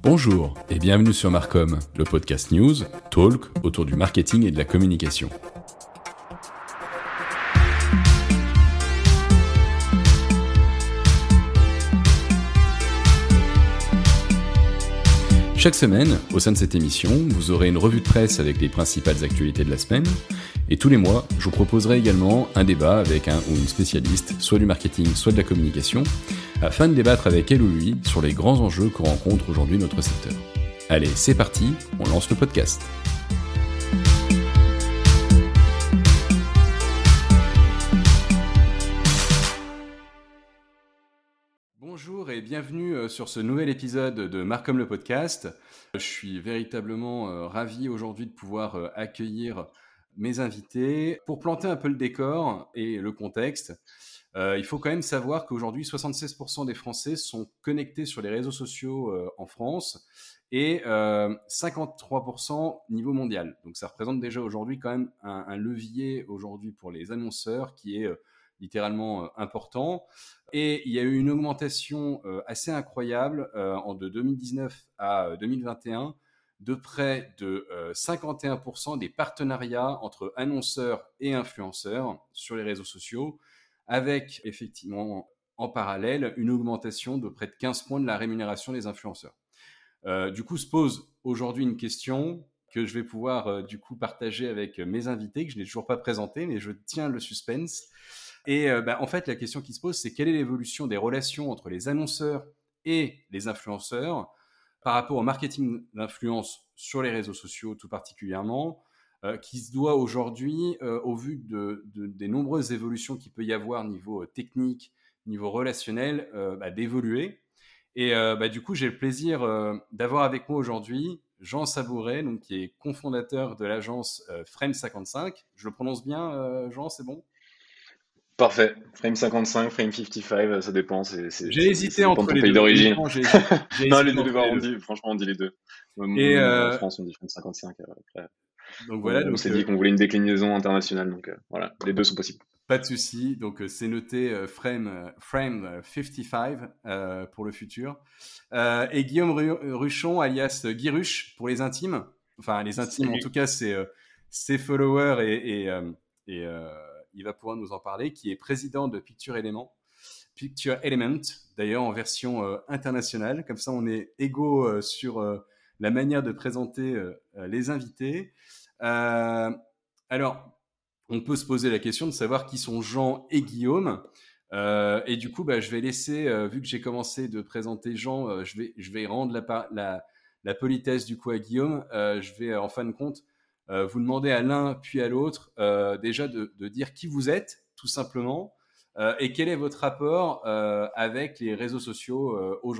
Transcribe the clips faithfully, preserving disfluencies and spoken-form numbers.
Bonjour et bienvenue sur Marcom, le podcast news, talk autour du marketing et de la communication. Chaque semaine, au sein de cette émission, vous aurez une revue de presse avec les principales actualités de la semaine. Et tous les mois, je vous proposerai également un débat avec un ou une spécialiste, soit du marketing, soit de la communication, afin de débattre avec elle ou lui sur les grands enjeux que rencontre aujourd'hui notre secteur. Allez, c'est parti, on lance le podcast. Bonjour et bienvenue sur ce nouvel épisode de Marcom le podcast. Je suis véritablement ravi aujourd'hui de pouvoir accueillir mes invités. Pour planter un peu le décor et le contexte, euh, il faut quand même savoir qu'aujourd'hui, soixante-seize pour cent des Français sont connectés sur les réseaux sociaux euh, en France et euh, cinquante-trois pour cent niveau mondial. Donc ça représente déjà aujourd'hui quand même un, un levier aujourd'hui pour les annonceurs qui est euh, littéralement euh, important. Et il y a eu une augmentation euh, assez incroyable euh, en de deux mille dix-neuf à euh, deux mille vingt et un de près de euh, cinquante et un pour cent des partenariats entre annonceurs et influenceurs sur les réseaux sociaux, avec effectivement en parallèle une augmentation de près de quinze points de la rémunération des influenceurs. Euh, du coup, se pose aujourd'hui une question que je vais pouvoir euh, du coup partager avec mes invités, que je n'ai toujours pas présenté, mais je tiens le suspense. Et euh, bah, en fait, la question qui se pose, c'est quelle est l'évolution des relations entre les annonceurs et les influenceurs par rapport au marketing d'influence sur les réseaux sociaux tout particulièrement, euh, qui se doit aujourd'hui, euh, au vu de, de, des nombreuses évolutions qu'il peut y avoir niveau euh, technique, niveau relationnel, euh, bah, d'évoluer. Et euh, bah, du coup, j'ai le plaisir euh, d'avoir avec moi aujourd'hui Jean Sabouret, donc, qui est cofondateur de l'agence euh, Frame cinquante-cinq. Je le prononce bien, euh, Jean, c'est bon ? Parfait. Frame cinquante-cinq, Frame cinquante-cinq, ça dépend. C'est, c'est, j'ai c'est, hésité ça dépend entre de ton les pays deux. d'origine. J'ai, j'ai non, hésité les deux, entre on les deux. dit, franchement, on dit les deux. Et euh, euh, en France, on dit Frame cinquante-cinq. Après. Donc voilà, on, on donc, s'est euh, dit qu'on voulait une déclinaison internationale, donc euh, voilà, les deux sont possibles. Pas de souci. Donc euh, c'est noté euh, Frame, euh, Frame cinquante-cinq euh, pour le futur. Euh, et Guillaume Ru- Ruchon, alias Guy Ruche, pour les intimes. Enfin, les intimes, Salut. en tout cas, c'est euh, ses followers et, et, euh, et euh, il va pouvoir nous en parler, qui est président de Picture Element. Picture Element, d'ailleurs en version euh, internationale. Comme ça, on est égaux euh, sur euh, la manière de présenter euh, les invités. Euh, alors, on peut se poser la question de savoir qui sont Jean et Guillaume. Euh, et du coup, bah, je vais laisser, euh, vu que j'ai commencé de présenter Jean, euh, je, vais, je vais rendre la, la, la politesse du coup à Guillaume. Euh, je vais, en fin de compte, euh, vous demander à l'un puis à l'autre euh, déjà de, de dire qui vous êtes, tout simplement. Euh, et quel est votre rapport euh, avec les réseaux sociaux euh, aujourd'hui ?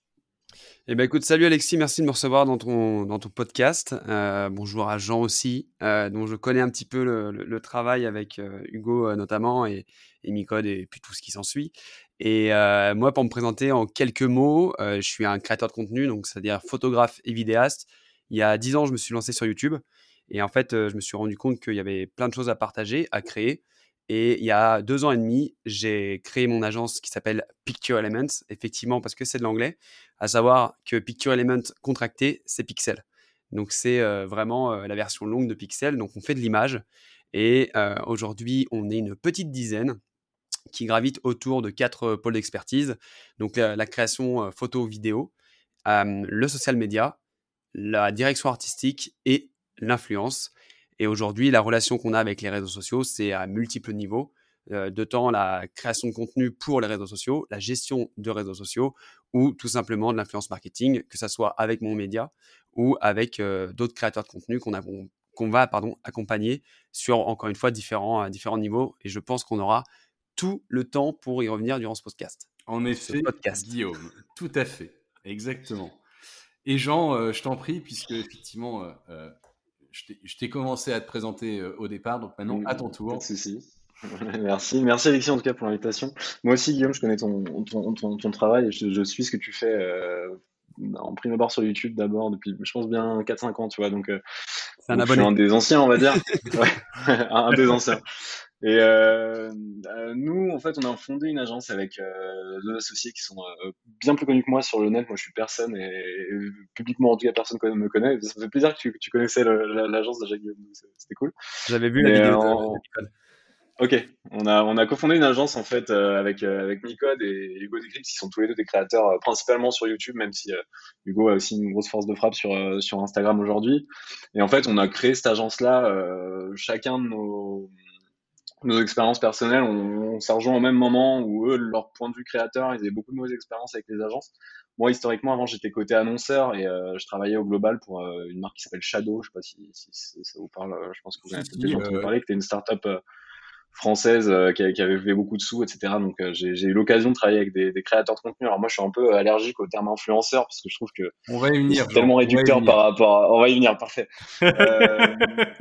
Eh ben écoute, salut Alexis, merci de me recevoir dans ton, dans ton podcast. Euh, bonjour à Jean aussi, euh, dont je connais un petit peu le, le, le travail avec euh, Hugo euh, notamment et, et Micode et puis tout ce qui s'ensuit. Et euh, moi, pour me présenter en quelques mots, euh, je suis un créateur de contenu, donc c'est-à-dire photographe et vidéaste. Il y a dix ans, je me suis lancé sur YouTube et en fait, euh, je me suis rendu compte qu'il y avait plein de choses à partager, à créer. Et il y a deux ans et demi, j'ai créé mon agence qui s'appelle Picture Elements, effectivement parce que c'est de l'anglais, à savoir que Picture Element contracté, c'est Pixel. Donc c'est euh, vraiment euh, la version longue de Pixel, donc on fait de l'image. Et euh, aujourd'hui, on est une petite dizaine qui gravite autour de quatre euh, pôles d'expertise, donc la, la création euh, photo-vidéo, euh, le social media, la direction artistique et l'influence. Et aujourd'hui, la relation qu'on a avec les réseaux sociaux, c'est à multiples niveaux. Euh, de temps la création de contenu pour les réseaux sociaux, la gestion de réseaux sociaux ou tout simplement de l'influence marketing, que ce soit avec mon média ou avec euh, d'autres créateurs de contenu qu'on, a, qu'on va pardon, accompagner sur, encore une fois, différents, différents niveaux. Et je pense qu'on aura tout le temps pour y revenir durant ce podcast. En effet, podcast. Guillaume, tout à fait, exactement. Et Jean, euh, je t'en prie, puisque effectivement, euh, euh, je, t'ai, je t'ai commencé à te présenter euh, au départ, donc maintenant, à ton tour. Pas de souci. Merci, merci Alexis en tout cas pour l'invitation. Moi aussi Guillaume, je connais ton, ton, ton, ton travail et je, je suis ce que tu fais euh, en prime abord sur YouTube d'abord depuis, je pense bien quatre cinq ans, tu vois, donc, euh, C'est un donc je abonné. suis un des anciens, on va dire. Ouais, un des anciens. Et euh, euh, nous, en fait, on a fondé une agence avec euh, deux associés qui sont euh, bien plus connus que moi sur le net. Moi, je suis personne et, et publiquement, en tout cas, personne ne me connaît. Ça me fait plaisir que tu, que tu connaissais le- la- l'agence de Jacques Guillaume. Donc c'est- C'était cool. J'avais vu la Mais vidéo euh, de, de en- Nicole. ok, on a on a cofondé une agence en fait euh, avec euh, avec Micode et Hugo Décrypte qui sont tous les deux des créateurs euh, principalement sur YouTube, même si euh, Hugo a aussi une grosse force de frappe sur euh, sur Instagram aujourd'hui. Et en fait, on a créé cette agence-là, euh, chacun de nos nos expériences personnelles, on, on s'est rejoint au même moment où eux, leur point de vue créateur, ils avaient beaucoup de mauvaises expériences avec les agences. Moi, historiquement, avant, j'étais côté annonceur et euh, je travaillais au global pour euh, une marque qui s'appelle Shadow. Je sais pas si, si, si ça vous parle. euh, Je pense que vous en Si, avez peut-être si, déjà entendu euh, parler, que c'était une startup euh, française euh, qui, avait, qui avait fait beaucoup de sous, et cetera. Donc euh, j'ai j'ai eu l'occasion de travailler avec des, des créateurs de contenu. Alors moi, je suis un peu allergique au terme influenceur parce que je trouve que, on va y que venir, c'est Jean, tellement on va y réducteur venir. par rapport à... On va y venir, parfait. Euh,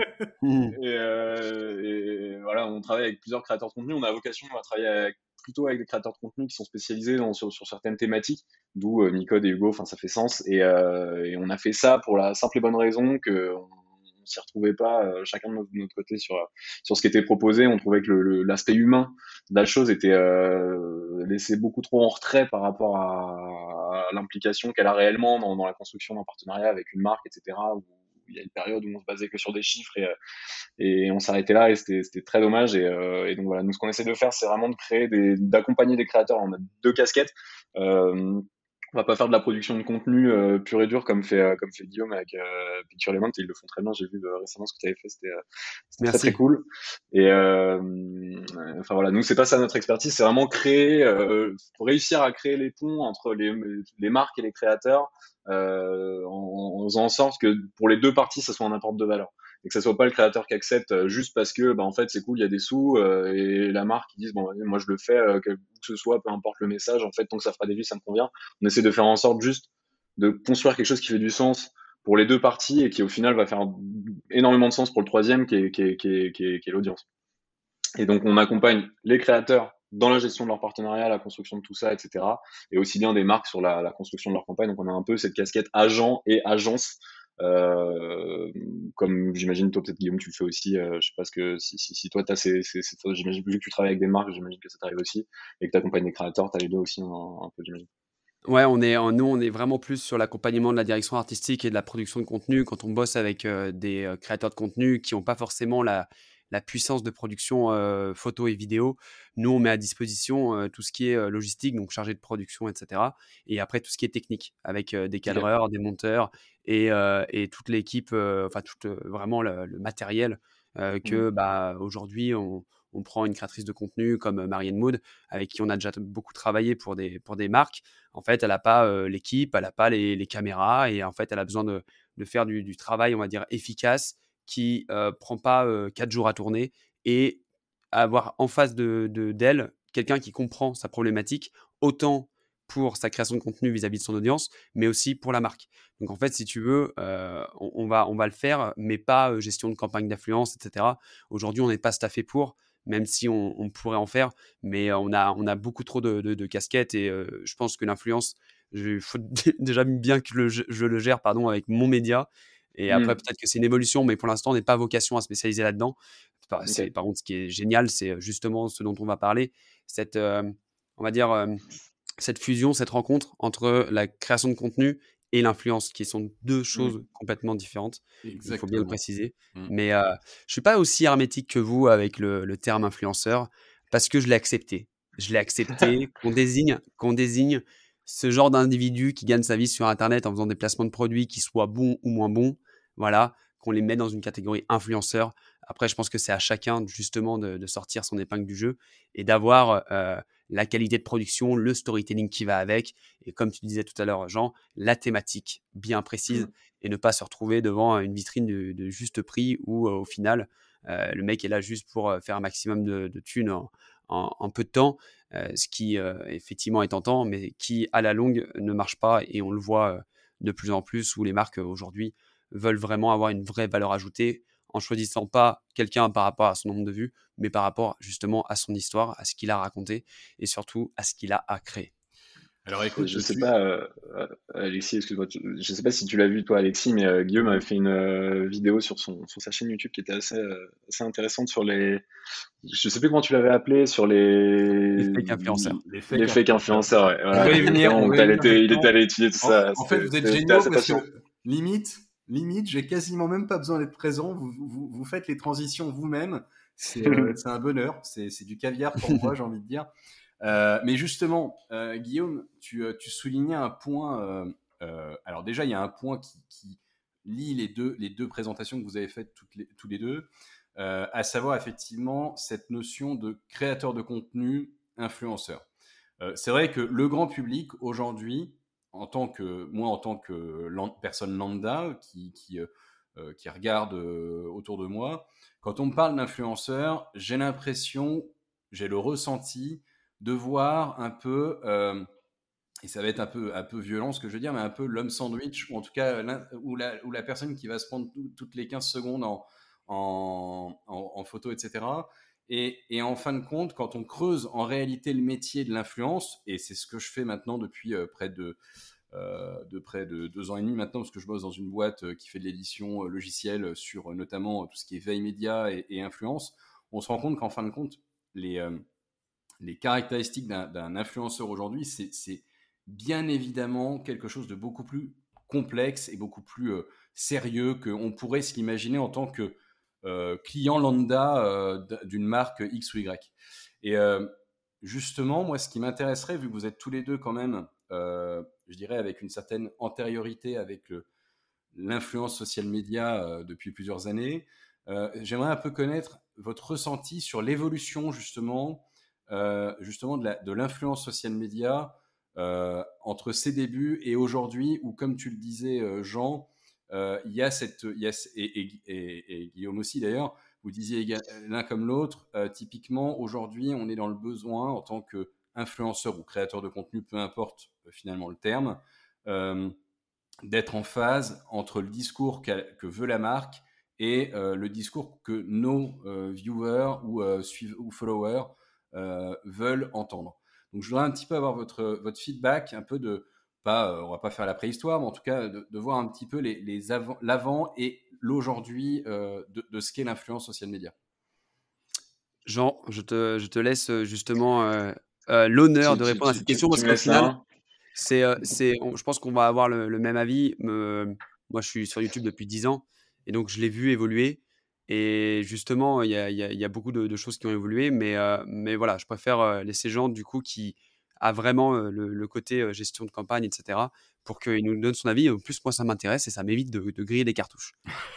Mmh. et, euh, et voilà, on travaille avec plusieurs créateurs de contenu. On a vocation à travailler avec, plutôt avec des créateurs de contenu qui sont spécialisés dans, sur, sur certaines thématiques, d'où euh, Micode et Hugo. Enfin, ça fait sens. Et, euh, et on a fait ça pour la simple et bonne raison que on, on s'y retrouvait pas euh, chacun de notre, de notre côté sur sur ce qui était proposé. On trouvait que le- le- l'aspect humain de la chose était euh, laissé beaucoup trop en retrait par rapport à, à l'implication qu'elle a réellement dans, dans la construction d'un partenariat avec une marque, et cetera. Où il y a une période où on se basait que sur des chiffres et, et on s'arrêtait là et c'était c'était très dommage et, euh, et donc voilà, nous ce qu'on essaie de faire c'est vraiment de créer des d'accompagner des créateurs. On a deux casquettes. euh, on va pas faire de la production de contenu euh, pur et dur comme fait euh, comme fait Guillaume avec euh, Picture Element. Ils le font très bien. J'ai vu euh, récemment ce que tu avais fait, c'était euh, c'était très très Merci. cool. Et euh, enfin voilà, nous c'est pas ça notre expertise, c'est vraiment créer, euh, réussir à créer les ponts entre les les marques et les créateurs, euh, en, en faisant en sorte que pour les deux parties ça soit un apport de valeur et que ça soit pas le créateur qui accepte euh, juste parce que bah en fait c'est cool, il y a des sous euh, et la marque qui disent bon moi je le fais euh, que ce soit, peu importe le message, en fait tant que ça fera des vues ça me convient. On essaie de faire en sorte juste de construire quelque chose qui fait du sens pour les deux parties et qui au final va faire énormément de sens pour le troisième qui est, qui est, qui est, qui est, qui est l'audience. Et donc on accompagne les créateurs dans la gestion de leur partenariat, la construction de tout ça, et cetera. Et aussi bien des marques sur la, la construction de leur campagne. Donc on a un peu cette casquette agent et agence. Euh, comme j'imagine toi peut-être Guillaume tu le fais aussi, euh, je sais pas ce que si, si, si toi t'as ces, ces, ces j'imagine vu que tu travailles avec des marques, j'imagine que ça t'arrive aussi et que tu accompagnes des créateurs, t'as les deux aussi un, un peu j'imagine. Ouais, on est, en- nous, on est vraiment plus sur l'accompagnement de la direction artistique et de la production de contenu quand on bosse avec euh, des euh, créateurs de contenu qui n'ont pas forcément la, la puissance de production euh, photo et vidéo. Nous, on met à disposition euh, tout ce qui est euh, logistique, donc chargé de production, et cetera. Et après, tout ce qui est technique, avec euh, des Ok. cadreurs, des monteurs et, euh, et toute l'équipe, euh, enfin, tout euh, vraiment le, le matériel euh, Mm. que bah, aujourd'hui, on, on prend une créatrice de contenu comme Marianne Maud, avec qui on a déjà beaucoup travaillé pour des, pour des marques. En fait, elle n'a pas euh, l'équipe, elle n'a pas les, les caméras et en fait, elle a besoin de, de faire du, du travail, on va dire, efficace qui ne euh, prend pas euh, quatre jours à tourner et avoir en face de, de- d'elle quelqu'un qui comprend sa problématique, autant pour sa création de contenu vis-à-vis de son audience, mais aussi pour la marque. Donc en fait, si tu veux, euh, on, on va, on va le faire, mais pas euh, gestion de campagne d'affluence, et cetera. Aujourd'hui, on n'est pas staffé pour, même si on, on pourrait en faire, mais on a, on a beaucoup trop de, de- de casquettes et euh, je pense que l'influence, il faut déjà bien que le- je le gère pardon, avec mon média. Et après, Mm. peut-être que c'est une évolution, mais pour l'instant, on n'est pas vocation à spécialiser là-dedans. Par, Ok. c'est, par contre, ce qui est génial, c'est justement ce dont on va parler, cette, euh, on va dire, euh, cette fusion, cette rencontre entre la création de contenu et l'influence, qui sont deux Mm. choses complètement différentes. Il faut bien le Exactement. préciser. Mm. Mais euh, je suis pas aussi hermétique que vous avec le, le terme influenceur parce que je l'ai accepté. Je l'ai accepté qu'on désigne, qu'on désigne ce genre d'individu qui gagne sa vie sur Internet en faisant des placements de produits qui soient bons ou moins bons. Voilà, qu'on les met dans une catégorie influenceur. Après, je pense que c'est à chacun justement de, de sortir son épingle du jeu et d'avoir euh, la qualité de production, le storytelling qui va avec. Et comme tu disais tout à l'heure, Jean, la thématique bien précise Mm. et ne pas se retrouver devant une vitrine de, de juste prix où euh, au final, euh, le mec est là juste pour euh, faire un maximum de, de thunes en, en, en peu de temps, euh, ce qui euh, effectivement est tentant, mais qui à la longue ne marche pas et on le voit euh, de plus en plus où les marques euh, aujourd'hui veulent vraiment avoir une vraie valeur ajoutée en choisissant pas quelqu'un par rapport à son nombre de vues, mais par rapport justement à son histoire, à ce qu'il a raconté et surtout à ce qu'il a à créer. Alors Et écoute, je sais tu... pas, euh, euh, Alexis, excuse-moi, tu- je sais pas si tu l'as vu toi, Alexis, mais euh, Guillaume avait fait une euh, vidéo sur son sur sa chaîne YouTube qui était assez euh, assez intéressante sur les, je sais plus comment tu l'avais appelé, sur Les les fake influenceurs. les les fake fake influenceurs. influenceurs, ouais, On voilà, va y venir, exactement. on Donc va y t'as venir été, il était justement. allé étudier tout En, ça, en fait, c'était vous êtes c'était c'était géniaux assez parce passionnant. que limite, limite, j'ai quasiment même pas besoin d'être présent. Vous, vous, vous faites les transitions vous-même. C'est euh, c'est un bonheur. C'est c'est du caviar pour moi, j'ai envie de dire. Euh, mais justement, euh, Guillaume, tu, euh, tu soulignais un point. euh, euh, alors déjà, il y a un point qui, qui lie les deux, les deux présentations que vous avez faites toutes les, tous les deux, euh, à savoir effectivement cette notion de créateur de contenu, influenceur. Euh, c'est vrai que le grand public aujourd'hui, en tant que moi, en tant que lan- personne lambda qui, qui, euh, euh, qui regarde euh, autour de moi, quand on me parle d'influenceur, j'ai l'impression, j'ai le ressenti de voir un peu, euh, et ça va être un peu, un peu violent ce que je veux dire, mais un peu l'homme sandwich, ou en tout cas, l'in- ou la, ou la personne qui va se prendre tout- toutes les quinze secondes en, en, en- en photo, et cetera. Et, et en fin de compte, quand on creuse en réalité le métier de l'influence, et c'est ce que je fais maintenant depuis euh, près de, euh, de près de deux ans et demi maintenant, parce que je bosse dans une boîte euh, qui fait de l'édition euh, logicielle sur euh, notamment euh, tout ce qui est veille média et, et influence, on se rend compte qu'en fin de compte, les, euh, les caractéristiques d'un, d'un influenceur aujourd'hui, c'est, c'est bien évidemment quelque chose de beaucoup plus complexe et beaucoup plus euh, sérieux qu'on pourrait se l'imaginer en tant que euh, client lambda euh, d'une marque X ou Y. Et euh, justement, moi, ce qui m'intéresserait, vu que vous êtes tous les deux quand même, euh, je dirais, avec une certaine antériorité avec le, l'influence social média euh, depuis plusieurs années, euh, j'aimerais un peu connaître votre ressenti sur l'évolution justement, euh, justement de, la, de l'influence social média euh, entre ses débuts et aujourd'hui, où comme tu le disais, euh, Jean, euh, il y a cette, il y a, et, et, et, et Guillaume aussi d'ailleurs, vous disiez l'un comme l'autre, euh, typiquement aujourd'hui, on est dans le besoin en tant qu'influenceur ou créateur de contenu, peu importe euh, finalement le terme, euh, d'être en phase entre le discours que veut la marque et euh, le discours que nos euh, viewers ou, euh, suiv- ou followers euh, veulent entendre. Donc je voudrais un petit peu avoir votre, votre feedback, un peu de, pas, euh, on va pas faire la préhistoire, mais en tout cas de, de voir un petit peu les, les avant, l'avant et l'aujourd'hui euh, de, de ce qu'est l'influence social media. Jean, je te, je te laisse euh, justement euh, euh, l'honneur Tu, de tu, répondre à tu, cette tu, question tu parce me qu'au laisses la final, main? c'est, euh, c'est, on- je pense qu'on va avoir le, le même avis. Me- moi, je suis sur YouTube depuis dix ans et donc je l'ai vu évoluer. Et justement, il y a, il y a- il y a beaucoup de, de choses qui ont évolué, mais, euh, mais voilà, je préfère euh, laisser Jean du coup qui a vraiment euh, le, le côté euh, gestion de campagne, et cetera, pour qu'il nous donne son avis. En plus, moi, ça m'intéresse et ça m'évite de, de griller les cartouches.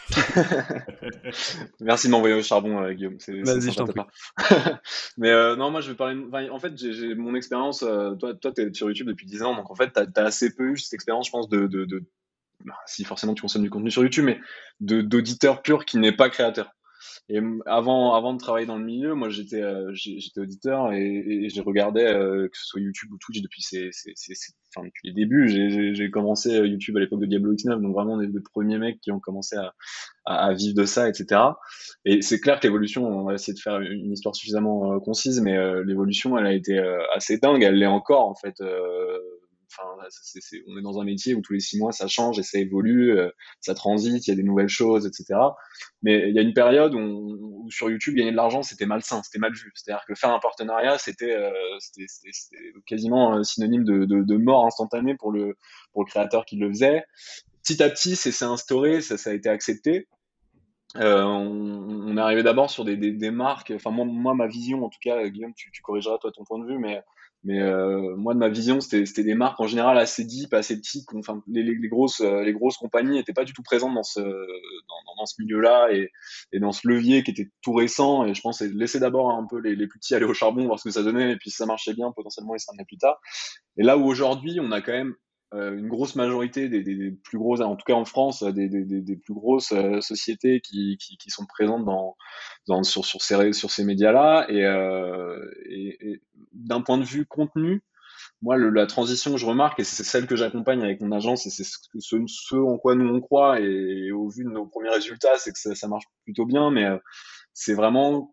Merci de m'envoyer au charbon, euh, Guillaume. C'est c'est Vas-y, je sympa t'en de ta prie. part. Mais euh, non, moi, je vais parler. Enfin, en fait, j'ai j'ai mon expérience. Euh, toi, toi, t'es sur YouTube depuis dix ans, donc en fait, t'as as assez peu eu cette expérience, je pense, de, de, de... bah, si forcément tu consommes du contenu sur YouTube, mais de d'auditeur pur qui n'est pas créateur. Et avant, avant de travailler dans le milieu, moi j'étais euh, j'ai- j'étais auditeur et, et je regardais euh, que ce soit YouTube ou Twitch depuis ses, ses, ses- ses- enfin, depuis les débuts. J'ai j'ai- j'ai commencé euh, YouTube à l'époque de Diablo X neuf, donc vraiment des, des premiers mecs qui ont commencé à, à, à vivre de ça, et cetera. Et c'est clair que l'évolution, on va essayer de faire une histoire suffisamment euh, concise, mais euh, l'évolution, elle a été euh, assez dingue. Elle l'est encore en fait. Euh, Enfin, c'est, c'est, on est dans un métier où tous les six mois ça change et ça évolue, euh, ça transite, il y a des nouvelles choses, et cetera. Mais il y a une période où, où sur YouTube gagner de l'argent c'était malsain, c'était mal vu. C'est-à-dire que faire un partenariat c'était euh, c'était, c'était, c'était quasiment euh, synonyme de, de, de mort instantanée pour le pour le créateur qui le faisait. Petit à petit, c'est s'est instauré, ça, ça a été accepté. Euh, on, on est arrivé d'abord sur des, des, des marques. Enfin moi, moi, ma vision, en tout cas, Guillaume, tu, tu corrigeras toi ton point de vue, mais mais euh, moi de ma vision, c'était c'était des marques en général assez deep, assez petites. Enfin, les, les, les grosses euh, les grosses compagnies n'étaient pas du tout présentes dans ce dans, dans ce milieu-là et, et dans ce levier qui était tout récent. Et je pense c'est de laisser d'abord un peu les, les plus petits aller au charbon, voir ce que ça donnait, et puis si ça marchait bien, potentiellement ils se ramenaient plus tard. Et là où aujourd'hui, on a quand même euh, une grosse majorité des, des, des plus grosses, en tout cas en France, des, des, des, des plus grosses euh, sociétés qui, qui, qui sont présentes dans, dans, sur, sur ces, sur ces médias-là. Et, euh, et, et d'un point de vue contenu, moi, le, la transition que je remarque, et c'est celle que j'accompagne avec mon agence, et c'est ce, ce, ce en quoi nous on croit, et, et au vu de nos premiers résultats, c'est que ça, ça marche plutôt bien, mais euh, c'est vraiment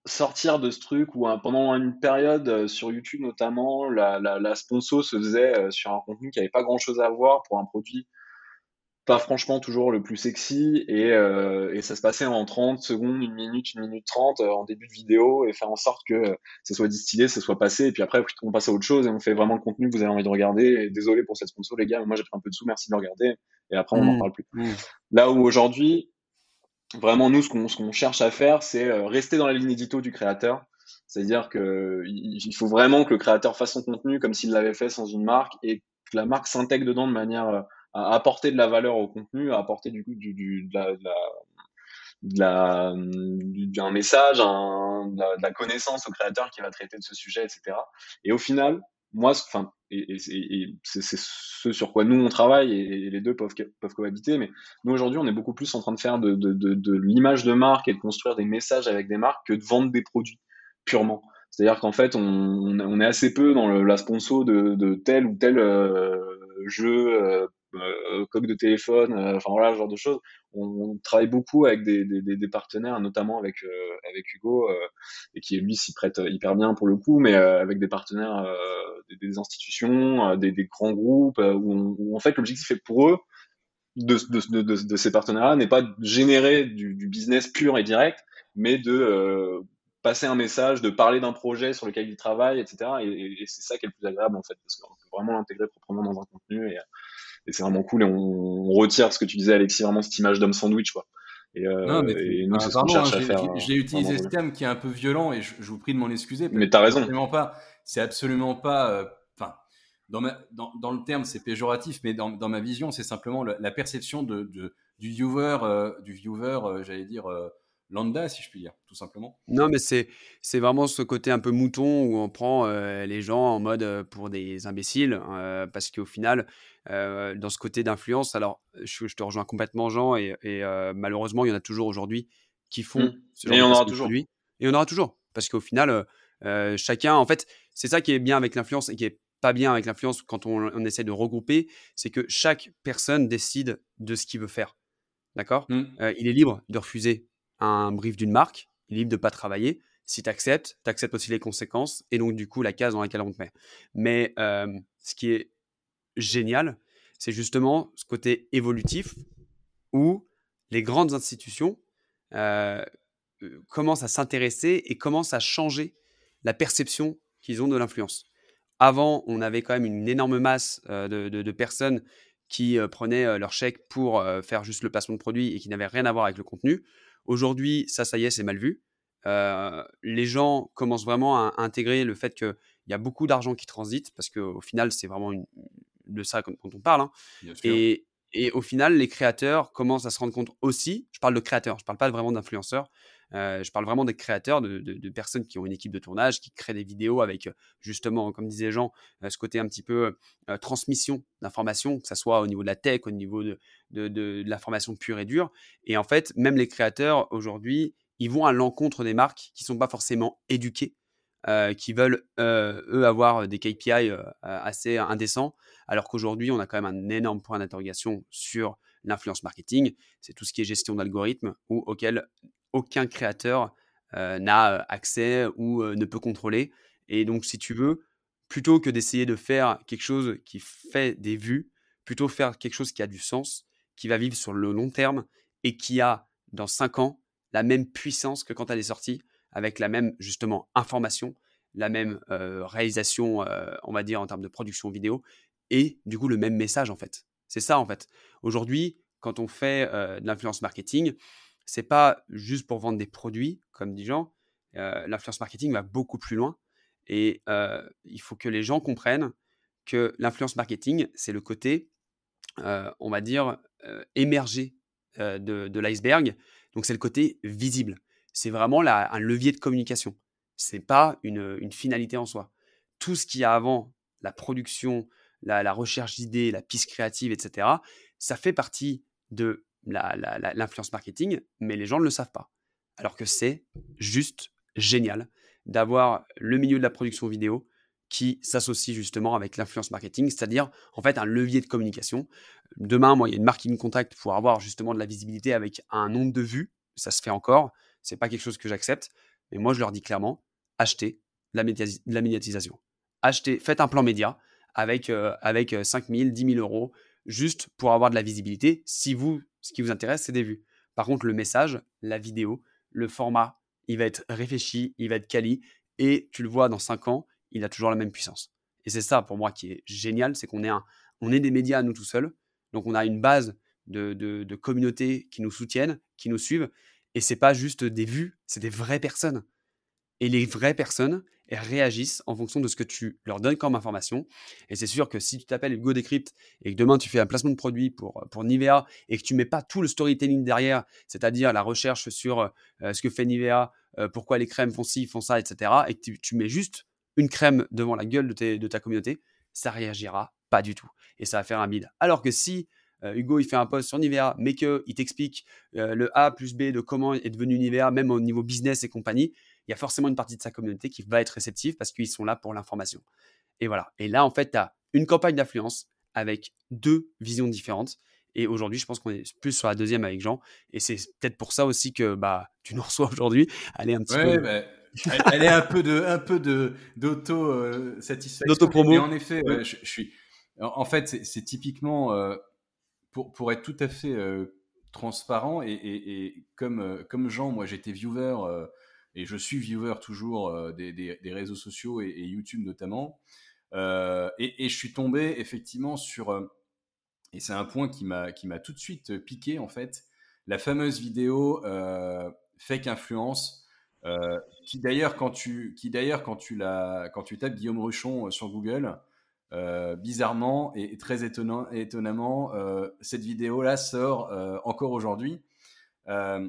sortir de ce truc où hein, pendant une période euh, sur YouTube notamment, la, la, la sponsor se faisait euh, sur un contenu qui avait pas grand-chose à voir pour un produit pas franchement toujours le plus sexy et, euh, et ça se passait en trente secondes, une minute, une minute trente euh, en début de vidéo et faire en sorte que euh, ça soit distillé, ça soit passé et puis après on passe à autre chose et on fait vraiment le contenu que vous avez envie de regarder et désolé pour cette sponsor les gars, mais moi j'ai pris un peu de sous, merci de le regarder et après on n'en Mmh, parle plus. mmh. Là où aujourd'hui, vraiment nous ce qu'on ce qu'on cherche à faire c'est euh, rester dans la ligne édito du créateur, c'est-à-dire que il il faut vraiment que le créateur fasse son contenu comme s'il l'avait fait sans une marque et que la marque s'intègre dedans de manière euh, à apporter de la valeur au contenu, à apporter du coup du, du, de la, de la, de la, du- d'un message, un, de, la, de la connaissance au créateur qui va traiter de ce sujet, et cetera. Et au final, moi, enfin, et, et, et c'est, c'est ce sur quoi nous on travaille et, et les deux peuvent, peuvent cohabiter. Mais nous aujourd'hui, on est beaucoup plus en train de faire de, de, de, de l'image de marque et de construire des messages avec des marques que de vendre des produits purement. C'est-à-dire qu'en fait, on, on est assez peu dans le, la sponsor de, de tel ou tel euh, jeu, euh, euh, coque de téléphone, euh, enfin voilà, ce genre de choses. On, on travaille beaucoup avec des, des, des, des partenaires, notamment avec euh, avec Hugo, euh, et qui lui s'y prête hyper bien pour le coup, mais euh, avec des partenaires, euh, des, des institutions, euh, des, des grands groupes, euh, où, on, où en fait l'objectif est pour eux de, de, de, de, de ces partenariats n'est pas de générer du, du business pur et direct, mais de euh, passer un message, de parler d'un projet sur lequel ils travaillent, et cetera. Et, et, et c'est ça qui est le plus agréable en fait, parce qu'on peut vraiment l'intégrer proprement dans un contenu et, et c'est vraiment cool. Et on, on retire ce que tu disais, Alexis, vraiment cette image d'homme sandwich, quoi. Et, Non, euh, mais c'est- et nous, enfin, c'est ce qu'on pardon, hein, cherche à j'ai faire j'ai- euh, j'ai vraiment utilisé ce évoluer. terme qui est un peu violent et je, je vous prie de m'en excuser parce que Mais t'as c'est raison. absolument pas, c'est absolument pas, euh, enfin, dans, ma- dans, dans le terme c'est péjoratif, mais dans, dans ma vision c'est simplement la, la perception de, de- du viewer, euh, du viewer, euh, j'allais dire euh, lambda si je puis dire, tout simplement. Non, mais c'est c'est vraiment ce côté un peu mouton où on prend, heu, les gens en mode, heu, pour des imbéciles, heu, parce qu'au final, heu, dans ce côté d'influence alors je je te rejoins complètement Jean et et heu, malheureusement, il y en a toujours aujourd'hui qui Mm. font ce Et genre il y de en aura placement de toujours. produit et il y en aura toujours. Parce qu'au final, heu heu, chacun en fait, c'est ça qui est bien avec l'influence et qui est pas bien avec l'influence quand on on essaie de regrouper, c'est que chaque personne décide de ce qu'il veut faire. D'accord? Mm. Heu, il est libre de refuser un brief d'une marque, il est libre de pas travailler. Si tu acceptes, tu acceptes aussi les conséquences et donc du coup la case dans laquelle on te met. Mais hem, ce qui est génial, c'est justement ce côté évolutif où les grandes institutions, heu, heu, commencent à s'intéresser et commencent à changer la perception qu'ils ont de l'influence. Avant, on avait quand même une énorme masse, heu, de de de personnes qui, heu, prenaient, heu, leur chèque pour, heu, faire juste le placement de produit et qui n'avaient rien à voir avec le contenu. Aujourd'hui, ça, ça y est, c'est mal vu. Heu, les gens commencent vraiment à à intégrer le fait qu'il y a beaucoup d'argent qui transite parce qu'au final, c'est vraiment une de ça dont on parle, hein. Bien sûr. Et et au final, les créateurs commencent à se rendre compte aussi, je parle de créateurs, je parle pas vraiment d'influenceurs, heu, je parle vraiment des créateurs, de de de personnes qui ont une équipe de tournage, qui créent des vidéos avec, heu, justement, comme disait Jean, heu, ce côté un petit peu, heu, transmission d'informations, que ça soit au niveau de la tech, au niveau de de de de l'information pure et dure. Et en fait, même les créateurs aujourd'hui, ils vont à l'encontre des marques qui sont pas forcément éduquées, heu, qui veulent, heu, eux, avoir des K P I, heu, assez indécents. Alors qu'aujourd'hui, on a quand même un énorme point d'interrogation sur l'influence marketing. C'est tout ce qui est gestion d'algorithmes ou auquel aucun créateur euh, n'a accès ou euh, ne peut contrôler. Et donc, si tu veux, plutôt que d'essayer de faire quelque chose qui fait des vues, plutôt faire quelque chose qui a du sens, qui va vivre sur le long terme et qui a, dans cinq ans, la même puissance que quand elle est sortie, avec la même, justement, information, la même euh, réalisation, euh, on va dire, en termes de production vidéo, et du coup, le même message, en fait. C'est ça, en fait. Aujourd'hui, quand on fait euh, de l'influence marketing, c'est pas juste pour vendre des produits, comme dit Jean. Euh, l'influence marketing va beaucoup plus loin. Et euh, il faut que les gens comprennent que l'influence marketing, c'est le côté, euh, on va dire, euh, émergé euh, de, de l'iceberg. Donc, c'est le côté visible. C'est vraiment la- un levier de communication. C'est pas une, une finalité en soi. Tout ce qu'il y a avant, la production, la, la recherche d'idées, la piste créative, et cetera, ça fait partie de la- la- la- l'influence marketing, mais les gens ne le savent pas. Alors que c'est juste génial d'avoir le milieu de la production vidéo qui s'associe justement avec l'influence marketing, c'est-à-dire en fait un levier de communication. Demain, moi, il y a une marque qui me contacte pour avoir justement de la visibilité avec un nombre de vues. Ça se fait encore. C'est pas quelque chose que j'accepte. Mais moi, je leur dis clairement, achetez de la, médiatis- de la médiatisation. Achetez, faites un plan média avec, euh, avec cinq mille, dix mille euros, juste pour avoir de la visibilité. Si vous, ce qui vous intéresse, c'est des vues. Par contre, le message, la vidéo, le format, il va être réfléchi, il va être quali, et tu le vois dans cinq ans, il a toujours la même puissance. Et c'est ça, pour moi, qui est génial, c'est qu'on est, un, on est des médias à nous tout seuls. Donc, on a une base de, de, de communautés qui nous soutiennent, qui nous suivent. Et c'est pas juste des vues, c'est des vraies personnes. Et les vraies personnes, elles réagissent en fonction de ce que tu leur donnes comme information. Et c'est sûr que si tu t'appelles Hugo Décrypte et que demain tu fais un placement de produit pour, pour Nivea et que tu mets pas tout le storytelling derrière, c'est-à-dire la recherche sur euh, ce que fait Nivea, euh, pourquoi les crèmes font ci, font ça, et cetera, et que tu, tu mets juste une crème devant la gueule de, tes, de ta communauté, ça réagira pas du tout. Et ça va faire un bide. Alors que si euh, Hugo il fait un post sur Nivea, mais qu'il t'explique euh, le A plus B de comment est devenu Nivea, même au niveau business et compagnie, il y a forcément une partie de sa communauté qui va être réceptive parce qu'ils sont là pour l'information. Et voilà. Et là, en fait, tu as une campagne d'influence avec deux visions différentes. Et aujourd'hui, je pense qu'on est plus sur la deuxième avec Jean. Et c'est peut-être pour ça aussi que bah, tu nous reçois aujourd'hui. Elle est un petit Ouais, peu... bah, elle, elle est un peu de, un peu de, d'auto-satisfaction. D'auto-promo. Mais en effet, euh, je, je suis. En, en fait, c'est, c'est typiquement euh, pour, pour être tout à fait euh, transparent et, et, et comme, euh, comme Jean, moi j'étais viewer euh, et je suis viewer toujours euh, des, des, des réseaux sociaux et, et YouTube notamment. Euh, et, et je suis tombé effectivement sur, euh, et c'est un point qui m'a, qui m'a tout de suite piqué en fait, la fameuse vidéo euh, fake influence. Euh, qui d'ailleurs quand tu qui d'ailleurs quand tu la quand tu tapes Guillaume Ruchon euh, sur Google, euh, bizarrement et, et très étonnant et étonnamment, euh, cette vidéo là sort euh, encore aujourd'hui. Euh,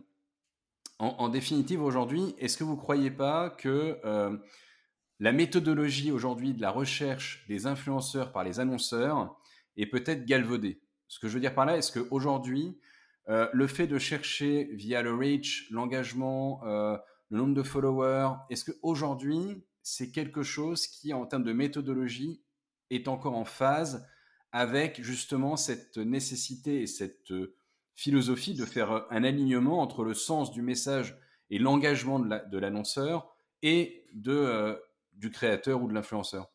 en, en définitive aujourd'hui, est-ce que vous croyez pas que euh, la méthodologie aujourd'hui de la recherche des influenceurs par les annonceurs est peut-être galvaudée? Ce que je veux dire par là, est-ce qu'aujourd'hui, euh, le fait de chercher via le reach, l'engagement, euh, le nombre de followers, est-ce qu'aujourd'hui, c'est quelque chose qui, en termes de méthodologie, est encore en phase avec justement cette nécessité et cette euh, philosophie de faire un alignement entre le sens du message et l'engagement de, la, de l'annonceur et de, euh, du créateur ou de l'influenceur?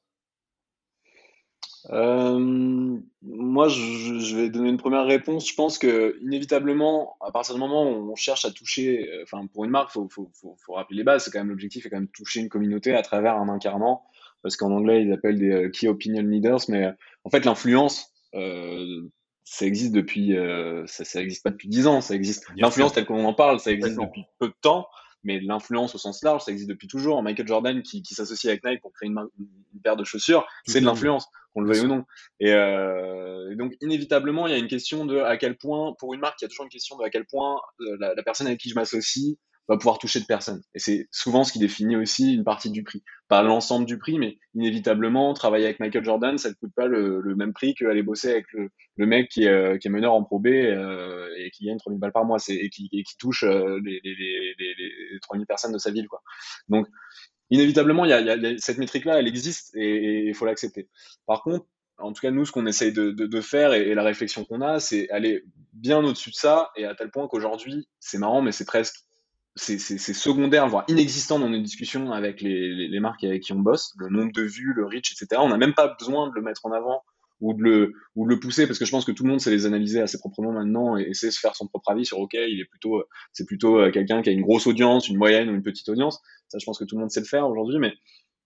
Euh, moi, je, je vais donner une première réponse. Je pense que inévitablement, à partir du moment où on cherche à toucher, euh, enfin pour une marque, faut, faut, faut, faut rappeler les bases. C'est quand même l'objectif, c'est quand même toucher une communauté à travers un incarnant, parce qu'en anglais ils appellent des euh, key opinion leaders. Mais euh, en fait, l'influence, euh, ça existe depuis, euh, ça, ça existe pas depuis dix ans. Ça existe. Bien sûr, L'influence telle qu'on en parle, ça existe complètement. depuis peu de temps. Mais l'influence au sens large, ça existe depuis toujours. Michael Jordan qui, qui s'associe avec Nike pour créer une, mar- une paire de chaussures, Tout c'est de à fait, l'influence, qu'on le bien veuille ou sûr. non. Et, euh, et donc, inévitablement, il y a une question de à quel point, pour une marque, il y a toujours une question de à quel point euh, la, la personne avec qui je m'associe va pouvoir toucher de personnes. Et c'est souvent ce qui définit aussi une partie du prix. Pas l'ensemble du prix, mais inévitablement, travailler avec Michael Jordan, ça ne coûte pas le, le même prix qu'aller bosser avec le, le mec qui est, euh, qui est meneur en Pro B euh, et qui gagne trois mille balles par mois c'est, et, qui, et qui touche euh, les, les, les, les, les trois mille personnes de sa ville, quoi. Donc, inévitablement, il y a, il y a, il y a cette métrique-là, elle existe et il faut l'accepter. Par contre, en tout cas, nous, ce qu'on essaye de, de, de faire et, et la réflexion qu'on a, c'est aller bien au-dessus de ça et à tel point qu'aujourd'hui, c'est marrant, mais c'est presque, c'est, c'est, c'est secondaire, voire inexistant dans nos discussions avec les, les, les marques avec qui on bosse, le nombre de vues, le reach, et cetera. On n'a même pas besoin de le mettre en avant ou de le ou de le pousser parce que je pense que tout le monde sait les analyser assez proprement maintenant et, et sait se faire son propre avis sur ok, il est plutôt c'est plutôt euh, quelqu'un qui a une grosse audience, une moyenne ou une petite audience. Ça, je pense que tout le monde sait le faire aujourd'hui, mais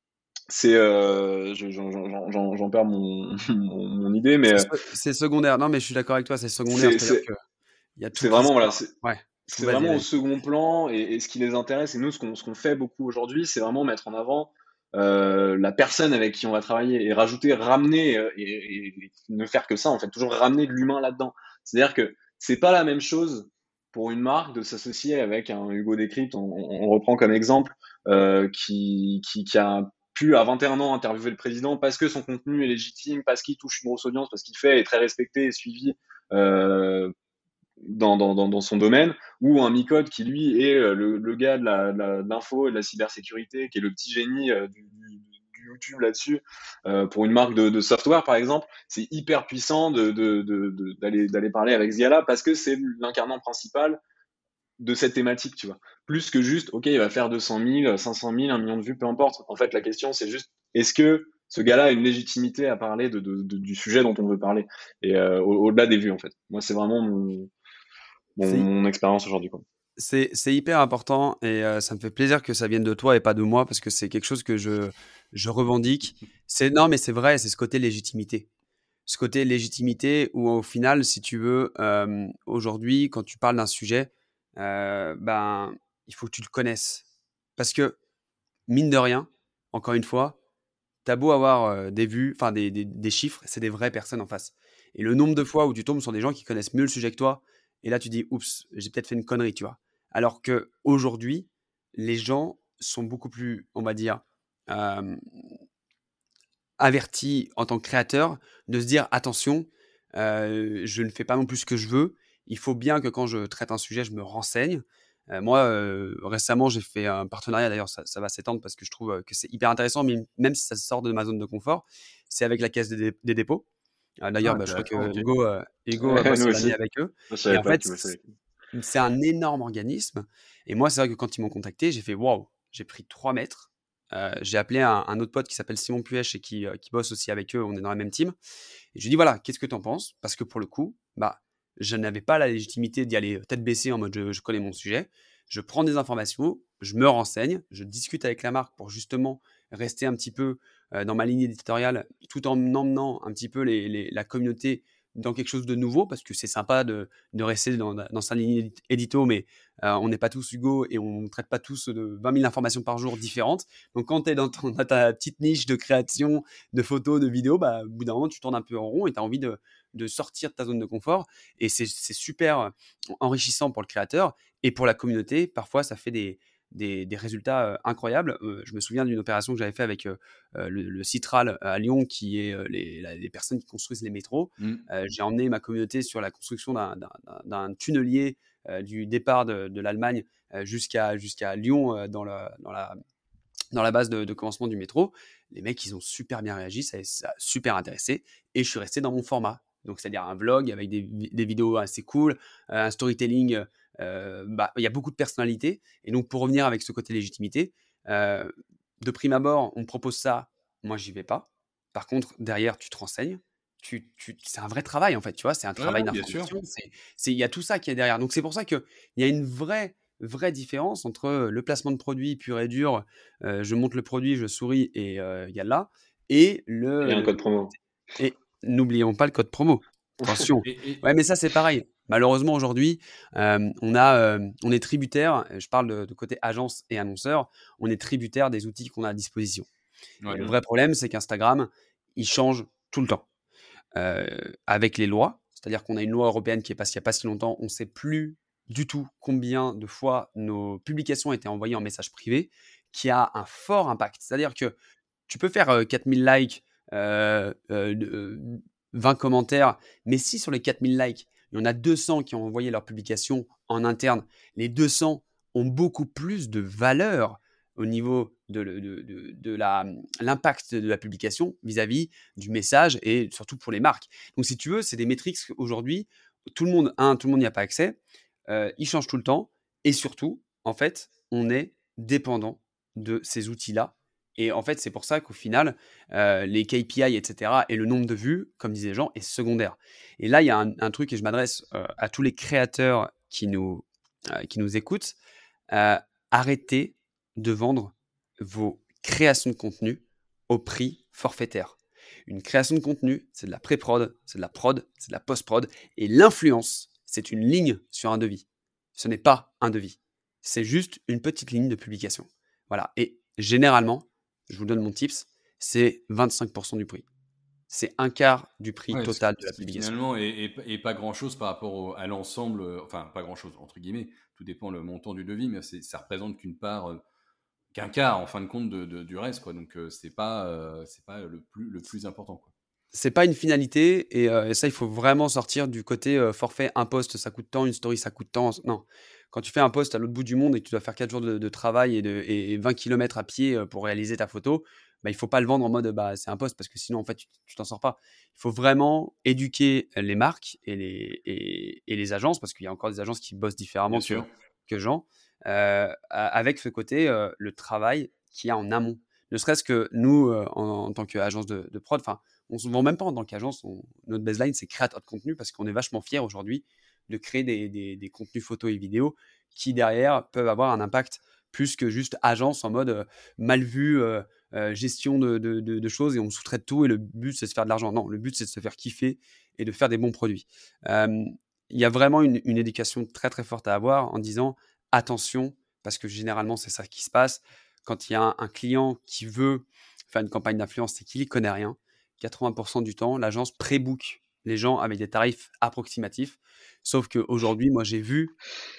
c'est euh, je- j'en, j'en, j'en, j'en perds mon, mon, mon idée, mais C'est, euh, se- c'est secondaire. Non, mais je suis d'accord avec toi, c'est secondaire. c'est C'est-à-dire c'est qu'il y a tout c'est qui vraiment voilà, sort. c'est Ouais, tout, c'est vas-y, vraiment au vas-y. second plan et, et ce qui les intéresse. Et nous, ce qu'on ce qu'on fait beaucoup aujourd'hui, c'est vraiment mettre en avant euh, la personne avec qui on va travailler et rajouter, ramener euh, et, et- et ne faire que ça en fait, toujours ramener de l'humain là-dedans. C'est-à-dire que c'est pas la même chose pour une marque de s'associer avec un Hugo Décrypte, on, on- on reprend comme exemple, euh, qui, qui, qui a pu à vingt et un ans interviewer le président parce que son contenu est légitime, parce qu'il touche une grosse audience, parce qu'il fait est très respecté et suivi euh, dans, dans, dans, dans son domaine, ou un Micode qui lui est euh, le, le gars de la, de la- de l'info et de la cybersécurité, qui est le petit génie euh, du, du, du YouTube là-dessus, euh, pour une marque de, de software par exemple, c'est hyper puissant de, de, de, de- d'aller, d'aller parler avec Ziala parce que c'est l'incarnant principal de cette thématique, tu vois. Plus que juste, ok, il va faire deux cent mille, cinq cent mille, un million de vues, peu importe. En fait, la question, c'est juste, est-ce que ce gars-là a une légitimité à parler de, de, de- du sujet dont on veut parler et euh, au- au-delà des vues, en fait. Moi, c'est vraiment mon, mon, C'est mon expérience aujourd'hui, quoi. c'est c'est hyper important et heu, ça me fait plaisir que ça vienne de toi et pas de moi parce que c'est quelque chose que je je revendique. C'est non, mais c'est vrai, c'est ce côté légitimité. Ce côté légitimité où au final, si tu veux, hem, aujourd'hui, quand tu parles d'un sujet, heu, ben, il faut que tu le connaisses. Parce que mine de rien, encore une fois, tu as beau avoir, heu, des vues, enfin des des des chiffres, c'est des vraies personnes en face. Et le nombre de fois où tu tombes sur des gens qui connaissent mieux le sujet que toi et là tu dis: «Oups, j'ai peut-être fait une connerie», tu vois? Alors qu'aujourd'hui, les gens sont beaucoup plus, on va dire, hem, avertis en tant que créateur de se dire: «Attention, heu, je ne fais pas non plus ce que je veux. Il faut bien que quand je traite un sujet, je me renseigne». Heu, moi, heu, récemment, j'ai fait un partenariat, d'ailleurs ça ça va s'étendre parce que je trouve, heu, que c'est hyper intéressant, mais même si ça sort de ma zone de confort, c'est avec la Caisse des dé des dépôts. Heu, Ah, d'ailleurs, bah, je crois intéressant, que ok. Hugo, heu, Hugo, heu, Nous bosse à l'année aussi. avec eux Je et savais en pas que fait, tu bossais c avec. c'est un énorme organisme et moi, c'est vrai que quand ils m'ont contacté, j'ai fait: «Waouh!» J'ai pris trois mètres. Heu, j'ai appelé un un autre pote qui s'appelle Simon Puech et qui, heu, qui bosse aussi avec eux, on est dans la même team et je lui ai dit: «Voilà, qu'est-ce que tu en penses?» Parce que pour le coup, bah, je n'avais pas la légitimité d'y aller, heu, tête baissée en mode je je connais mon sujet. Je prends des informations, je me renseigne, je discute avec la marque pour justement rester un petit peu, heu, dans ma ligne éditoriale, tout en emmenant un petit peu les les la communauté dans quelque chose de nouveau parce que c'est sympa de de rester dans dans sa ligne édi édito mais, heu, on n'est pas tous Hugo et on ne traite pas tous de vingt mille informations par jour différentes. Donc quand tu es dans ton dans ta petite niche de création, de photos, de vidéos, bah, au bout d'un moment, tu tournes un peu en rond et tu as envie de de sortir de ta zone de confort et c'est c'est super enrichissant pour le créateur et pour la communauté. Parfois, ça fait des des des résultats, heu, incroyables. Heu, je me souviens d'une opération que j'avais fait avec, heu heu, le le Citral à Lyon qui est, heu, les la les personnes qui construisent les métros. Mm. Heu, j'ai emmené ma communauté sur la construction d'un d'un d'un d'un tunnelier, heu, du départ de de l'Allemagne, heu, jusqu'à jusqu'à Lyon, heu, dans la dans la dans la base de, de commencement du métro. Les mecs, ils ont super bien réagi, ça, ça a super intéressé. Et je suis resté dans mon format. Donc, c'est-à-dire un vlog avec des, des vidéos assez cool, euh, un storytelling. euh, bah, il y a beaucoup de personnalité. Et donc, pour revenir avec ce côté légitimité, euh, de prime abord, on me propose ça, moi, j'y vais pas. Par contre, derrière, tu te renseignes. Tu, tu, c'est un vrai travail, en fait, tu vois, c'est un Ouais, travail ouais, bien sûr. d'information. C'est, c'est, il y a tout ça qui est derrière. Donc, c'est pour ça qu'il y a une vraie vraie différence entre le placement de produit pur et dur, euh, je monte le produit, je souris et euh, il y a là, et Et le, un le- code promo. et n'oublions pas le code promo. Attention. Et, et- Ouais, mais ça c'est pareil. Malheureusement aujourd'hui, euh, on a, euh, on est tributaire. Je parle de, de côté agence et annonceur. On est tributaire des outils qu'on a à disposition. Et ouais. le Mm. vrai problème, c'est qu'Instagram, il change tout le temps euh, avec les lois. C'est-à-dire qu'on a une loi européenne qui est passée il n'y a pas si longtemps. On ne sait plus du tout combien de fois nos publications étaient envoyées en message privé, qui a un fort impact. C'est-à-dire que tu peux faire euh, quatre mille likes, euh, euh, euh, vingt commentaires, mais si sur les quatre mille likes, il y en a deux cents qui ont envoyé leur publication en interne, les deux cents ont beaucoup plus de valeur au niveau de, de, de, de la, l'impact de la publication vis-à-vis du message et surtout pour les marques. Donc, si tu veux, c'est des métriques aujourd'hui, tout le monde, un, tout le monde n'y a pas accès, euh, ils changent tout le temps et surtout, en fait, on est dépendant de ces outils-là. Et en fait, c'est pour ça qu'au final, euh, les K P I, et cetera, et le nombre de vues, comme disaient les gens, est secondaire. Et là, il y a un, un truc, et je m'adresse euh, à tous les créateurs qui nous, euh, qui nous écoutent. Euh, Arrêtez de vendre vos créations de contenu au prix forfaitaire. Une création de contenu, c'est de la pré-prod, c'est de la prod, c'est de la post-prod. Et l'influence, c'est une ligne sur un devis. Ce n'est pas un devis. C'est juste une petite ligne de publication. Voilà. Et généralement, je vous donne mon tips, c'est vingt-cinq pour cent du prix. C'est un quart du prix Ouais, ce total qui, de la ce qui publication. finalement est, est- est pas grand-chose par rapport au- à l'ensemble, euh, enfin pas grand-chose entre guillemets, tout dépend le montant du devis, mais c'est- ça représente qu'une part, euh, qu'un quart en fin de compte de, de- du reste, quoi. Donc euh, c'est pas, euh, c'est pas le plus, le plus important, quoi. C'est pas une finalité et, euh, et ça, il faut vraiment sortir du côté euh, forfait. Un post, ça coûte tant, une story, ça coûte tant. Non. Quand tu fais un post à l'autre bout du monde et que tu dois faire quatre jours de, de travail et, de, et vingt kilomètres à pied euh, pour réaliser ta photo, bah, il faut pas le vendre en mode bah, c'est un post parce que sinon, en fait, tu tu t'en sors pas. Il faut vraiment éduquer les marques et les, et, et les agences parce qu'il y a encore des agences qui bossent Bien différemment que, sûr. que Jean, euh, avec ce côté, euh, le travail qu'il y a en amont. Ne serait-ce que nous, euh, en, en tant qu'agence de, de prod, enfin, on ne se vend même pas en tant qu'agence. On, notre baseline, c'est créateur de contenu parce qu'on est vachement fiers aujourd'hui de créer des, des, des contenus photos et vidéos qui, derrière, peuvent avoir un impact plus que juste agence en mode euh, mal vu, euh, euh, gestion de, de, de, de choses et on sous-traite tout et le but, c'est de se faire de l'argent. Non, le but, c'est de se faire kiffer et de faire des bons produits. Euh, il y a vraiment une, une éducation très, très forte à avoir en disant attention, parce que généralement, c'est ça qui se passe. Quand il y a un, un client qui veut faire une campagne d'influence et qu'il n'y connaît rien, quatre-vingts pour cent du temps, l'agence pré-book les gens avec des tarifs approximatifs. Sauf qu'aujourd'hui, moi, j'ai vu,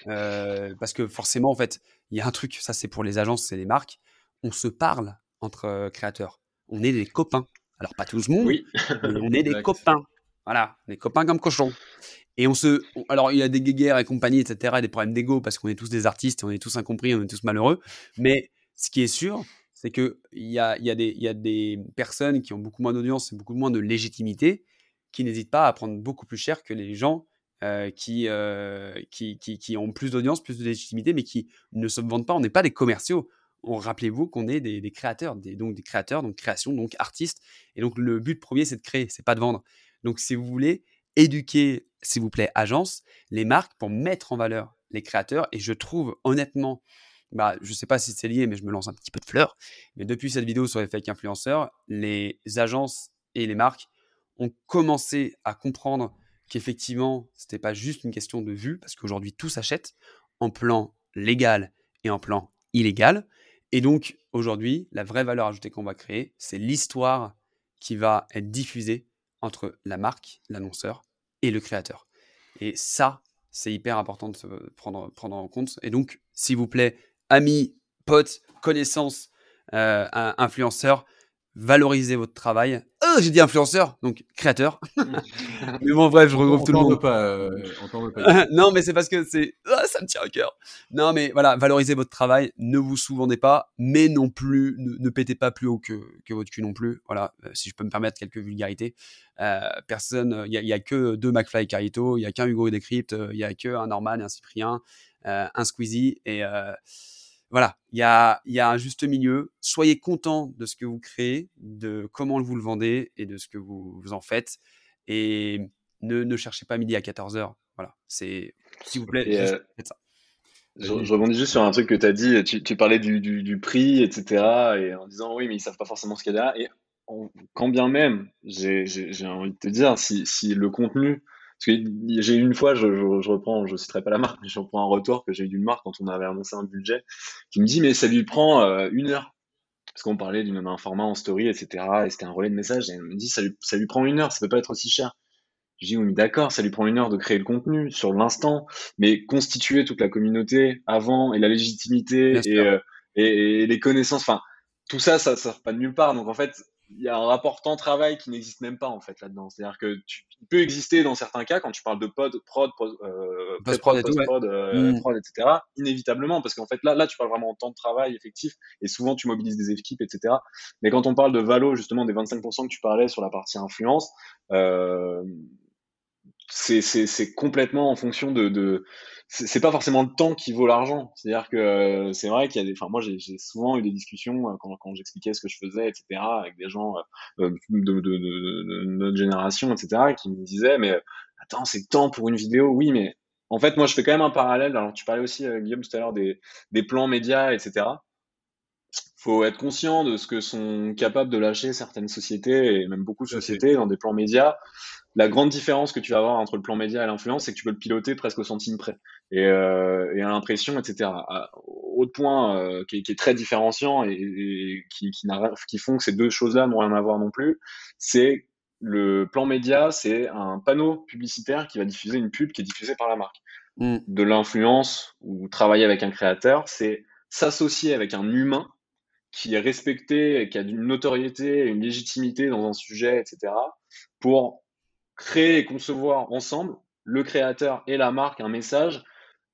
euh, parce que forcément, en fait, il y a un truc, ça c'est pour les agences, c'est les marques, on se parle entre euh, créateurs. On est des copains. Alors, pas tout le monde, Oui. mais on est des copains. Voilà, des copains comme cochons. Et on se. on- alors, il y a des guéguerres et compagnie, et cetera, et des problèmes d'ego parce qu'on est tous des artistes, et on est tous incompris, on est tous malheureux. Mais ce qui est sûr, c'est qu'il y a, il y, a des- il y a des personnes qui ont beaucoup moins d'audience et beaucoup moins de légitimité qui n'hésitent pas à prendre beaucoup plus cher que les gens euh, qui, euh, qui, qui, qui ont plus d'audience, plus de légitimité, mais qui ne se vendent pas. On n'est pas des commerciaux. On, rappelez-vous qu'on est des, des créateurs, des, donc des créateurs, donc création, donc artistes. Et donc le but premier, c'est de créer, c'est pas de vendre. Donc si vous voulez éduquer, s'il vous plaît, agence, les marques pour mettre en valeur les créateurs. Et je trouve honnêtement, bah, je ne sais pas si c'est lié, mais je me lance un petit peu de fleurs. Mais depuis cette vidéo sur les fake influenceurs, les agences et les marques ont commencé à comprendre qu'effectivement, ce n'était pas juste une question de vue, parce qu'aujourd'hui, tout s'achète en plan légal et en plan illégal. Et donc, aujourd'hui, la vraie valeur ajoutée qu'on va créer, c'est l'histoire qui va être diffusée entre la marque, l'annonceur et le créateur. Et ça, c'est hyper important de se prendre, prendre en compte. Et donc, s'il vous plaît, amis, potes, connaissances, euh, influenceurs, valorisez votre travail. Oh, j'ai dit influenceur, donc créateur. Mais bon, bref, je On t'en- regroupe on tout le t'en monde. veut pas, euh, on t'en veut pas. Non, mais c'est parce que c'est ah, ça me tient à cœur. Non, mais voilà, valorisez votre travail, ne vous sous-vendez pas, mais non plus, ne, ne pétez pas plus haut que, que votre cul non plus. Voilà, euh, si je peux me permettre quelques vulgarités. Euh, personne, il y, a- il y a que deux McFly et Carito, il y a qu'un Hugo Décrypte, il y a que un Norman et un Cyprien, euh, un Squeezie et euh, voilà, il y a, il y a un juste milieu. Soyez content de ce que vous créez, de comment vous le vendez et de ce que vous, vous en faites. Et ne, ne cherchez pas midi à quatorze heures. Voilà, c'est, s'il vous plaît, Et juste euh, faites ça. je, Vas-y. je rebondis juste sur un truc que tu as dit. Tu, tu parlais du, du, du prix, et cetera. Et en disant oui, mais ils savent pas forcément ce qu'il y a derrière. Et en- quand bien même, j'ai j'ai- j'ai envie de te dire, si, si le contenu. Parce que j'ai eu une fois, je, je, je reprends, je citerai pas la marque, mais je reprends un retour que j'ai eu d'une marque quand on avait annoncé un budget, qui me dit, mais ça lui prend euh, une heure. Parce qu'on parlait d'une- d'un format en story, et cetera. Et c'était un relais de message. Et elle me dit, ça lui, ça lui prend une heure, ça peut pas être aussi cher. Je dis, oui, mais d'accord, ça lui prend une heure de créer le contenu sur l'instant, mais constituer toute la communauté avant et la Bien légitimité et, sûr. euh, et, et les connaissances, enfin, tout ça, ça sort pas de nulle part. Donc en fait, il y a un rapport temps-travail qui n'existe même pas en fait là-dedans. C'est-à-dire que tu il peut exister dans certains cas quand tu parles de pod, prod, prod, euh, Post-prod pré-prod, et tout, ouais. post-prod, euh, Mm. prod, et cetera. Inévitablement, parce qu'en fait là, là, tu parles vraiment en temps de travail effectif et souvent tu mobilises des équipes, et cetera. Mais quand on parle de valo, justement, des vingt-cinq pour cent que tu parlais sur la partie influence, euh, c'est c'est c'est complètement en fonction de de c'est c'est pas forcément le temps qui vaut l'argent. C'est-à-dire que euh, c'est vrai qu'il y a des enfin moi j'ai j'ai souvent eu des discussions euh, quand quand j'expliquais ce que je faisais et cetera avec des gens euh, euh, de, de, de, de- de notre génération et cetera qui me disaient mais euh, attends c'est temps pour une vidéo oui mais en fait moi je fais quand même un parallèle alors tu parlais aussi euh, Guillaume tout à l'heure des des plans médias et cetera faut être conscient de ce que sont capables de lâcher certaines sociétés et même beaucoup de Tout à fait. sociétés dans des plans médias. La grande différence que tu vas avoir entre le plan média et l'influence, c'est que tu peux le piloter presque au centime près et, euh, et à l'impression, et cetera. À, autre point euh, qui, est, qui est très différenciant et, et qui, qui, n'a- qui font que ces deux choses-là n'ont rien à voir non plus, c'est le plan média, c'est un panneau publicitaire qui va diffuser une pub qui est diffusée par la marque. Mm. De l'influence ou travailler avec un créateur, c'est s'associer avec un humain qui est respecté, qui a une notoriété, une légitimité dans un sujet, et cetera, pour créer et concevoir ensemble, le créateur et la marque, un message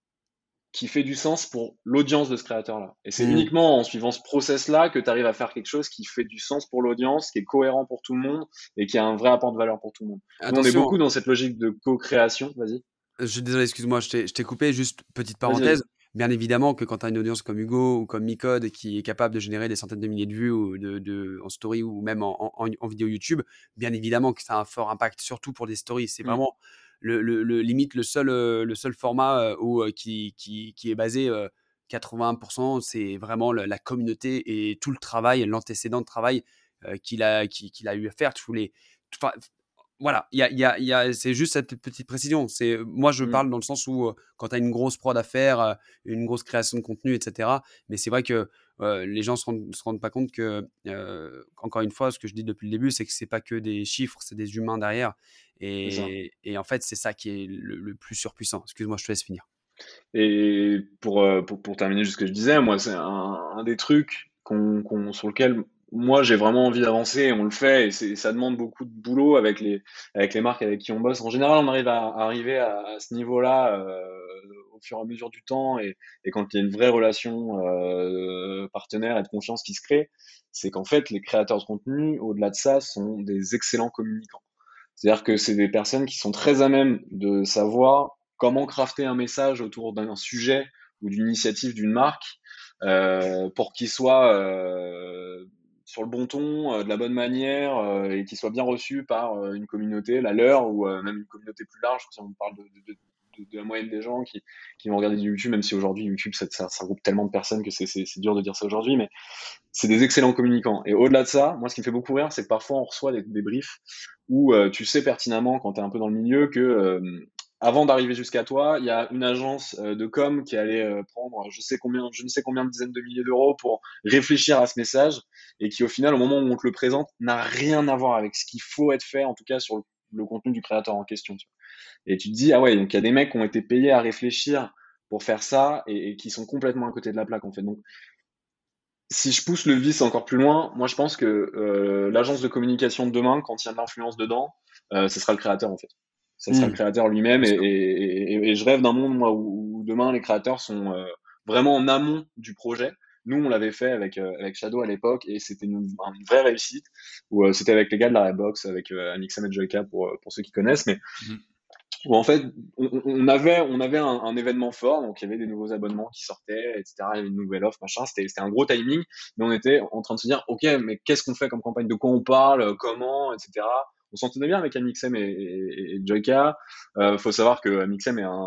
qui fait du sens pour l'audience de ce créateur-là. Et c'est Mm. uniquement en suivant ce process-là que tu arrives à faire quelque chose qui fait du sens pour l'audience, qui est cohérent pour tout le monde et qui a un vrai apport de valeur pour tout le monde. Nous, on est Attention, beaucoup dans cette logique de co-création. Vas-y. je suis désolé, excuse-moi, je t'ai je t'ai coupé, juste petite Vas-y, parenthèse. vas-y. bien évidemment que quand tu as une audience comme Hugo ou comme Micode qui est capable de générer des centaines de milliers de vues ou de, de, en story ou même en, en, en vidéo YouTube, bien évidemment que ça a un fort impact, surtout pour des stories. C'est mmh. vraiment le, le, le, limite le seul, le seul format où, qui, qui, qui est basé euh, quatre-vingts pour cent, c'est vraiment la, la communauté et tout le travail, l'antécédent de travail euh, qu'il a, qu'il, qu'il a eu à faire. Tous les, tout, voilà, y a, y a, y a, c'est juste cette petite précision. C'est, moi, je mmh. parle dans le sens où euh, quand tu as une grosse prod à faire, euh, une grosse création de contenu, et cetera. Mais c'est vrai que euh, les gens ne se rendent, se rendent pas compte que, euh, encore une fois, ce que je dis depuis le début, c'est que ce n'est pas que des chiffres, c'est des humains derrière. Et, et en fait, c'est ça qui est le, le plus surpuissant. Excuse-moi, je te laisse finir. Et pour, pour, pour terminer juste ce que je disais, moi, c'est un, un des trucs qu'on, qu'on, sur lequel moi j'ai vraiment envie d'avancer, on le fait, et c'est, ça demande beaucoup de boulot avec les, avec les marques avec qui on bosse. En général, on arrive à, à arriver à, à ce niveau-là euh, au fur et à mesure du temps, et, et quand il y a une vraie relation euh, partenaire et de confiance qui se crée, c'est qu'en fait, les créateurs de contenu, au-delà de ça, sont des excellents communicants. C'est-à-dire que c'est des personnes qui sont très à même de savoir comment crafter un message autour d'un sujet ou d'une initiative d'une marque euh, pour qu'il soit euh, sur le bon ton, euh, de la bonne manière euh, et qu'il soit bien reçu par euh, une communauté, la leur, ou euh, même une communauté plus large, si on parle de, de, de, de la moyenne des gens qui, qui vont regarder du YouTube, même si aujourd'hui YouTube ça, ça, ça regroupe tellement de personnes que c'est, c'est, c'est dur de dire ça aujourd'hui, mais c'est des excellents communicants. Et au-delà de ça, moi ce qui me fait beaucoup rire, c'est que parfois on reçoit des, des briefs où euh, tu sais pertinemment quand tu es un peu dans le milieu que euh, avant d'arriver jusqu'à toi, il y a une agence euh, de com qui allait euh, prendre je sais combien, je ne sais combien de dizaines de milliers d'euros pour réfléchir à ce message et qui au final, au moment où on te le présente, n'a rien à voir avec ce qu'il faut être fait, en tout cas sur le, le contenu du créateur en question. Tu vois. Et tu te dis, ah ouais, donc il y a des mecs qui ont été payés à réfléchir pour faire ça et, et qui sont complètement à côté de la plaque en fait. Donc si je pousse le vice encore plus loin, moi je pense que euh, l'agence de communication de demain, quand il y a de l'influence dedans, euh, ce sera le créateur en fait. Ça sera mmh. le créateur lui-même et, et, et, et je rêve d'un monde moi où, où demain les créateurs sont euh, vraiment en amont du projet. Nous on l'avait fait avec euh, avec Shadow à l'époque et c'était une, une vraie réussite. Où euh, c'était avec les gars de la Redbox, avec euh, Amixem et Joyka pour pour ceux qui connaissent, mais mmh. où en fait on, on avait on avait un, un événement fort, donc il y avait des nouveaux abonnements qui sortaient, et cetera. Il y avait une nouvelle offre, machin. C'était c'était un gros timing, mais on était en train de se dire ok, mais qu'est-ce qu'on fait comme campagne, de quoi on parle, comment, et cetera. On s'entendait bien avec Amixem et, et, et Joyka. Euh, faut savoir que Amixem est un,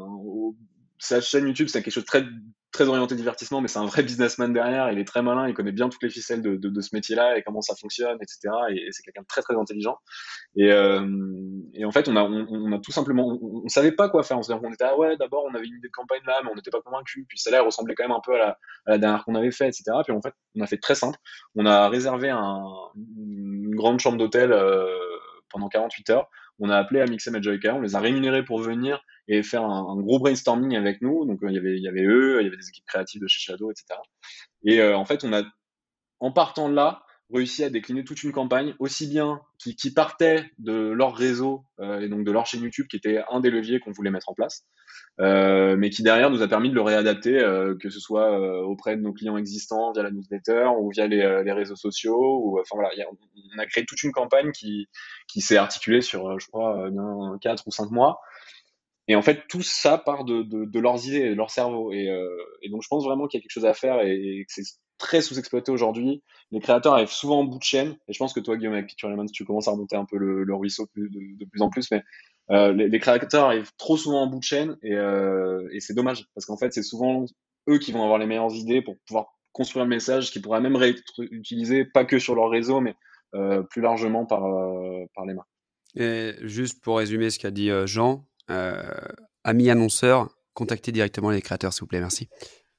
un sa chaîne YouTube, c'est quelque chose de très très orienté divertissement, mais c'est un vrai businessman derrière. Il est très malin, il connaît bien toutes les ficelles de, de, de ce métier-là et comment ça fonctionne, et cetera. Et, et c'est quelqu'un de très très intelligent. Et, euh, et en fait, on a, on, on a tout simplement, on, on savait pas quoi faire. On, se, on était ah ouais, d'abord on avait une idée de campagne là, mais on n'était pas convaincu. Puis celle-là, elle ressemblait quand même un peu à la, à la dernière qu'on avait fait, et cetera. Puis en fait, on a fait très simple. On a réservé un, une grande chambre d'hôtel euh, pendant quarante-huit heures. On a appelé Amixem et Joyka, on les a rémunérés pour venir et faire un, un gros brainstorming avec nous. Donc il euh, y avait, il y avait eux, il y avait des équipes créatives de chez Shadow, et cetera. Et euh, en fait, on a, en partant de là, réussi à décliner toute une campagne, aussi bien qui, qui partait de leur réseau euh, et donc de leur chaîne YouTube, qui était un des leviers qu'on voulait mettre en place, euh, mais qui derrière nous a permis de le réadapter, euh, que ce soit euh, auprès de nos clients existants via la newsletter ou via les, euh, les réseaux sociaux. Ou, enfin voilà, y a, on a créé toute une campagne qui, qui s'est articulée sur, je crois, bien quatre ou cinq mois. Et en fait, tout ça part de, de, de leurs idées, de leur cerveau. Et, euh, et donc, je pense vraiment qu'il y a quelque chose à faire et, et que c'est très sous-exploité aujourd'hui. Les créateurs arrivent souvent en bout de chaîne. Et je pense que toi, Guillaume, avec Picture Elements, tu commences à remonter un peu le, le ruisseau plus, de, de plus en plus. Mais euh, les, les créateurs arrivent trop souvent en bout de chaîne et, euh, et c'est dommage. Parce qu'en fait, c'est souvent eux qui vont avoir les meilleures idées pour pouvoir construire le message qui pourra même être utilisé, pas que sur leur réseau, mais euh, plus largement par, euh, par les marques. Et juste pour résumer ce qu'a dit euh, Jean, euh, amis annonceurs, contactez directement les créateurs, s'il vous plaît, merci.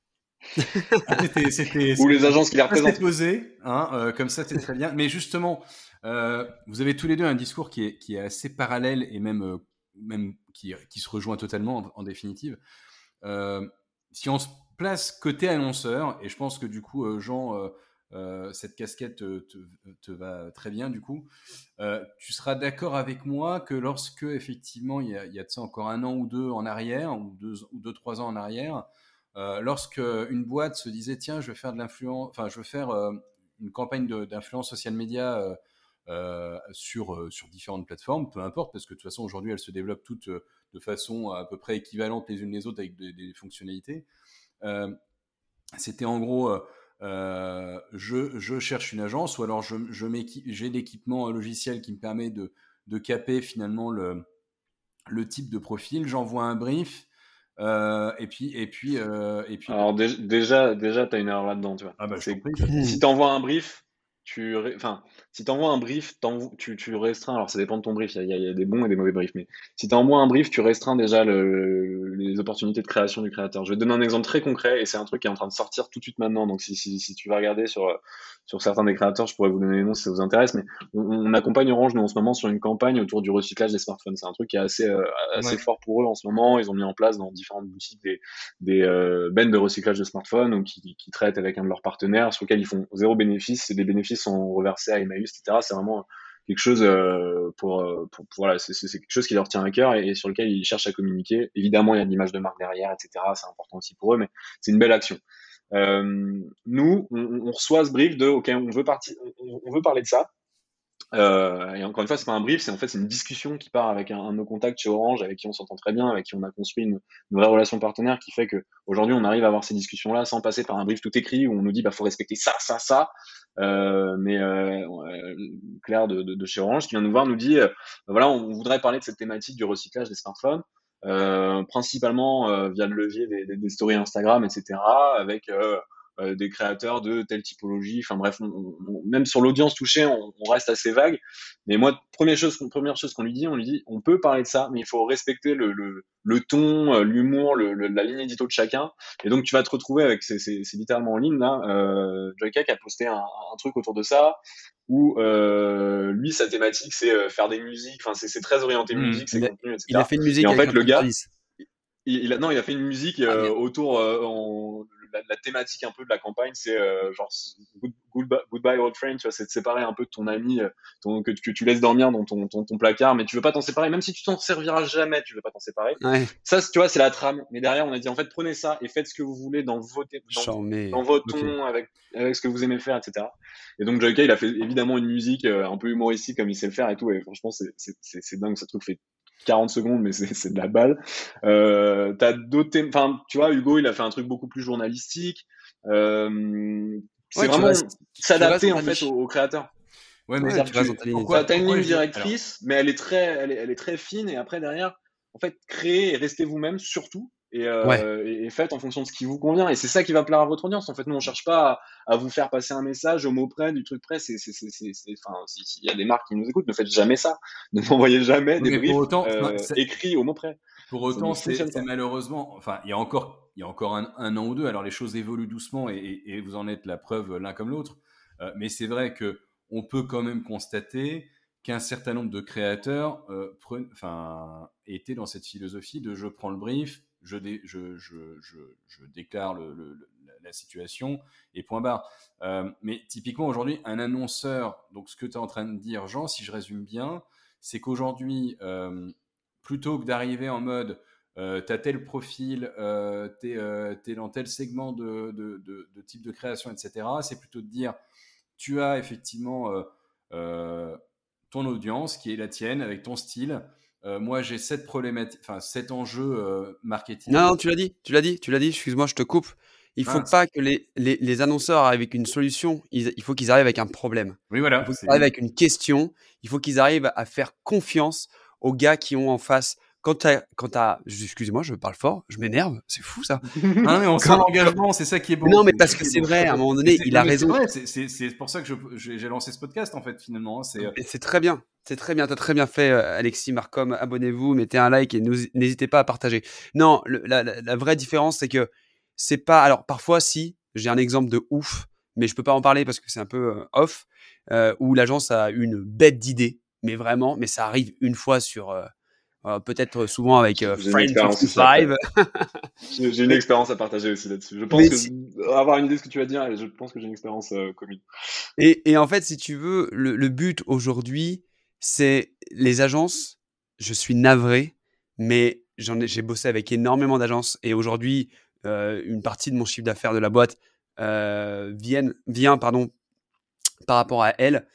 c'était, c'était, Ou les agences qui les représentent. C'est posé, hein, euh, comme ça, c'est très bien. Mais justement, euh, vous avez tous les deux un discours qui est, qui est assez parallèle et même, euh, même qui, qui se rejoint totalement en, en définitive. Euh, si on se place côté annonceur, et je pense que du coup, euh, Jean, euh, euh, cette casquette te, te, te va très bien du coup, euh, tu seras d'accord avec moi que lorsque effectivement il y a, il y a de ça encore un an ou deux en arrière, ou deux, ou deux trois ans en arrière, euh, lorsque une boîte se disait tiens je vais faire de l'influence, enfin je veux faire euh, une campagne de, d'influence social média euh, euh, sur, euh, sur différentes plateformes, peu importe, parce que de toute façon, aujourd'hui, elles se développent toutes euh, de façon à peu près équivalente les unes les autres avec des, des fonctionnalités. Euh, c'était en gros, euh, euh, je, je cherche une agence, ou alors je, je j'ai l'équipement logiciel qui me permet de, de caper finalement le, le type de profil, j'envoie un brief, euh, et puis, et puis, euh, et puis. Alors dé- déjà, déjà, t'as une erreur là-dedans, tu vois. Ah bah, je t'en C'est prie. si t'envoies un brief, tu, ré- enfin, si t'envoies un brief, t'envo- tu, tu restreins. Alors ça dépend de ton brief. Il y a, il y a- il y a des bons et des mauvais briefs, mais si t'envoies un brief, tu restreins déjà le, les opportunités de création du créateur. Je vais te donner un exemple très concret, et c'est un truc qui est en train de sortir tout de suite maintenant. Donc si, si, si tu vas regarder sur sur certains des créateurs, je pourrais vous donner les noms si ça vous intéresse. Mais on, on accompagne Orange nous en ce moment sur une campagne autour du recyclage des smartphones. C'est un truc qui est assez euh, assez Ouais. fort pour eux en ce moment. Ils ont mis en place dans différentes boutiques des des euh, bennes de recyclage de smartphones ou qui, qui traitent avec un de leurs partenaires sur lequel ils font zéro bénéfice et des bénéfices sont reversés à Emmaüs, et cetera. C'est vraiment quelque chose euh, pour, pour, pour voilà, c'est, c'est quelque chose qui leur tient à cœur et, et sur lequel ils cherchent à communiquer. Évidemment, il y a de l'image de marque derrière, et cetera. C'est important aussi pour eux, mais c'est une belle action. Euh, nous, on, on reçoit ce brief de OK, on veut partir, on, on veut parler de ça. Euh, et encore une fois, c'est pas un brief, c'est en fait c'est une discussion qui part avec un, un de nos contacts chez Orange, avec qui on s'entend très bien, avec qui on a construit une, une vraie relation partenaire, qui fait que aujourd'hui on arrive à avoir ces discussions-là sans passer par un brief tout écrit où on nous dit bah faut respecter ça, ça, ça. Euh, mais euh, euh, Claire de, de, de chez Orange qui vient nous voir nous dit euh, voilà on voudrait parler de cette thématique du recyclage des smartphones. Euh, principalement euh, via le levier des, des, des stories Instagram, et cetera. Avec euh, euh, des créateurs de telle typologie. Enfin bref, on, on, même sur l'audience touchée, on, on reste assez vague. Mais moi, première chose, première chose qu'on lui dit, on lui dit, on peut parler de ça, mais il faut respecter le, le, le ton, l'humour, le, le, la ligne édito de chacun. Et donc tu vas te retrouver avec, c'est, c'est, c'est littéralement en ligne là. Euh, Joyka a posté un, un truc autour de ça où euh, lui sa thématique c'est euh, faire des musiques. Enfin c'est, c'est très orienté Mmh. musique, ses Il a, contenus, et cetera. il a fait une musique Et en avec fait un le gars, tracteur-dix. il, il a, non, il a fait une musique Ah, euh, merde. autour, euh, en, la, la thématique un peu de la campagne, c'est euh, genre good, goodbye, goodbye old friend, tu vois, c'est de séparer un peu de ton ami, euh, ton, que, que tu laisses dormir dans ton, ton, ton placard, mais tu veux pas t'en séparer, même si tu t'en serviras jamais, tu veux pas t'en séparer. Ouais, Ça, tu vois, c'est la trame. Mais derrière, on a dit en fait, prenez ça et faites ce que vous voulez dans vos, thé- dans, charmé. dans vos Ok. tons, avec, avec ce que vous aimez faire, et cetera. Et donc, Joyka, il a fait évidemment une musique euh, un peu humoristique comme il sait le faire et tout, et franchement, c'est, c'est, c'est, c'est dingue, ce truc fait quarante secondes, mais c'est, c'est de la balle. Euh, t'as d'autres thèmes, enfin, tu vois, Hugo, il a fait un truc beaucoup plus journalistique. Euh, c'est Ouais, tu vraiment restes, tu restes s'adapter dans en ta fait niche. aux, aux créateurs. Ouais, mais Ouais, C'est-à-dire tu que restes dans tu, ta ligne pourquoi, t'as, t'as éditoriale. une pourquoi ligne je dis. Alors, directrice, mais elle est très, elle est, elle est très fine, et après derrière, en fait, créez et restez vous-même surtout, et, Ouais. euh, et, et faites en fonction de ce qui vous convient. Et c'est ça qui va plaire à votre audience. En fait, nous, on cherche pas à, à vous faire passer un message au mot près, du truc près. C'est, c'est, c'est, c'est, c'est- enfin, si- s'il y a des marques qui nous écoutent, ne faites jamais ça. Ne m'envoyez jamais des mais pour briefs autant, enfin, euh, c'est- écrits au mot près. pour Ça ne autant, c'est fonctionne c'est pas. malheureusement, enfin, il y a encore, il y a encore un, un an ou deux. Alors les choses évoluent doucement et, et- et vous en êtes la preuve l'un comme l'autre. Euh, mais c'est vrai que on peut quand même constater qu'un certain nombre de créateurs, euh, pre- enfin, étaient dans cette philosophie de je prends le brief, je, dé- je, je, je, je déclare le, le- le- la, la situation et point barre. Euh, mais typiquement aujourd'hui, un annonceur, donc ce que tu es en train de dire, Jean, si je résume bien, c'est qu'aujourd'hui, euh, plutôt que d'arriver en mode euh, t'as tel profil, euh, t'es, euh, t'es dans tel segment de, de, de, de type de création, et cetera, c'est plutôt de dire tu as effectivement euh, euh, ton audience qui est la tienne avec ton style. Euh, moi, j'ai cette problématique, enfin cet enjeu euh, marketing. Non, non, tu l'as dit, tu l'as dit, tu l'as dit. Excuse-moi, je te coupe. Il faut Mince. pas que les, les, les annonceurs arrivent avec une solution. Ils- il faut qu'ils arrivent avec un problème. Oui, Il voilà. faut qu'ils C'est... arrivent avec une question. Il faut qu'ils arrivent à faire confiance aux gars qui ont en face. Quand t'as, quand t'as, excusez-moi, je parle fort, je m'énerve. C'est fou ça. Ah, mais on sent Quand- l'engagement, c'est ça qui est beau. Non, mais C'est parce ça que qui est c'est beau. vrai. À un moment Mais donné, c'est, il non, a mais c'est raison. vrai, c'est, c'est, c'est pour ça que je, j'ai, j'ai lancé ce podcast en fait finalement. C'est, euh, Et c'est très bien. C'est très bien. Tu as très bien fait, euh, Alexis Marcom. Abonnez-vous, mettez un like et nous- n'hésitez pas à partager. Non, le- la, la- la vraie différence, c'est que c'est pas. Alors, parfois, si, j'ai un exemple de ouf, mais je peux pas en parler parce que c'est un peu euh, off, euh, où l'agence a une bête d'idée, mais vraiment, mais ça arrive une fois sur. euh, euh, peut-être souvent avec euh, J'ai une Friend expérience aussi après. cinquante-cinq. J'ai, j'ai une mais, expérience à partager aussi là-dessus. Je pense mais que si- avoir une idée de ce que tu vas dire, et je pense que j'ai une expérience euh, commune. Et, et en fait, si tu veux, le, le but aujourd'hui, c'est les agences. Je suis navré, mais j'en ai, j'ai bossé avec énormément d'agences et aujourd'hui, euh, une partie de mon chiffre d'affaires de la boîte euh, viennent, vient pardon, par rapport à elles.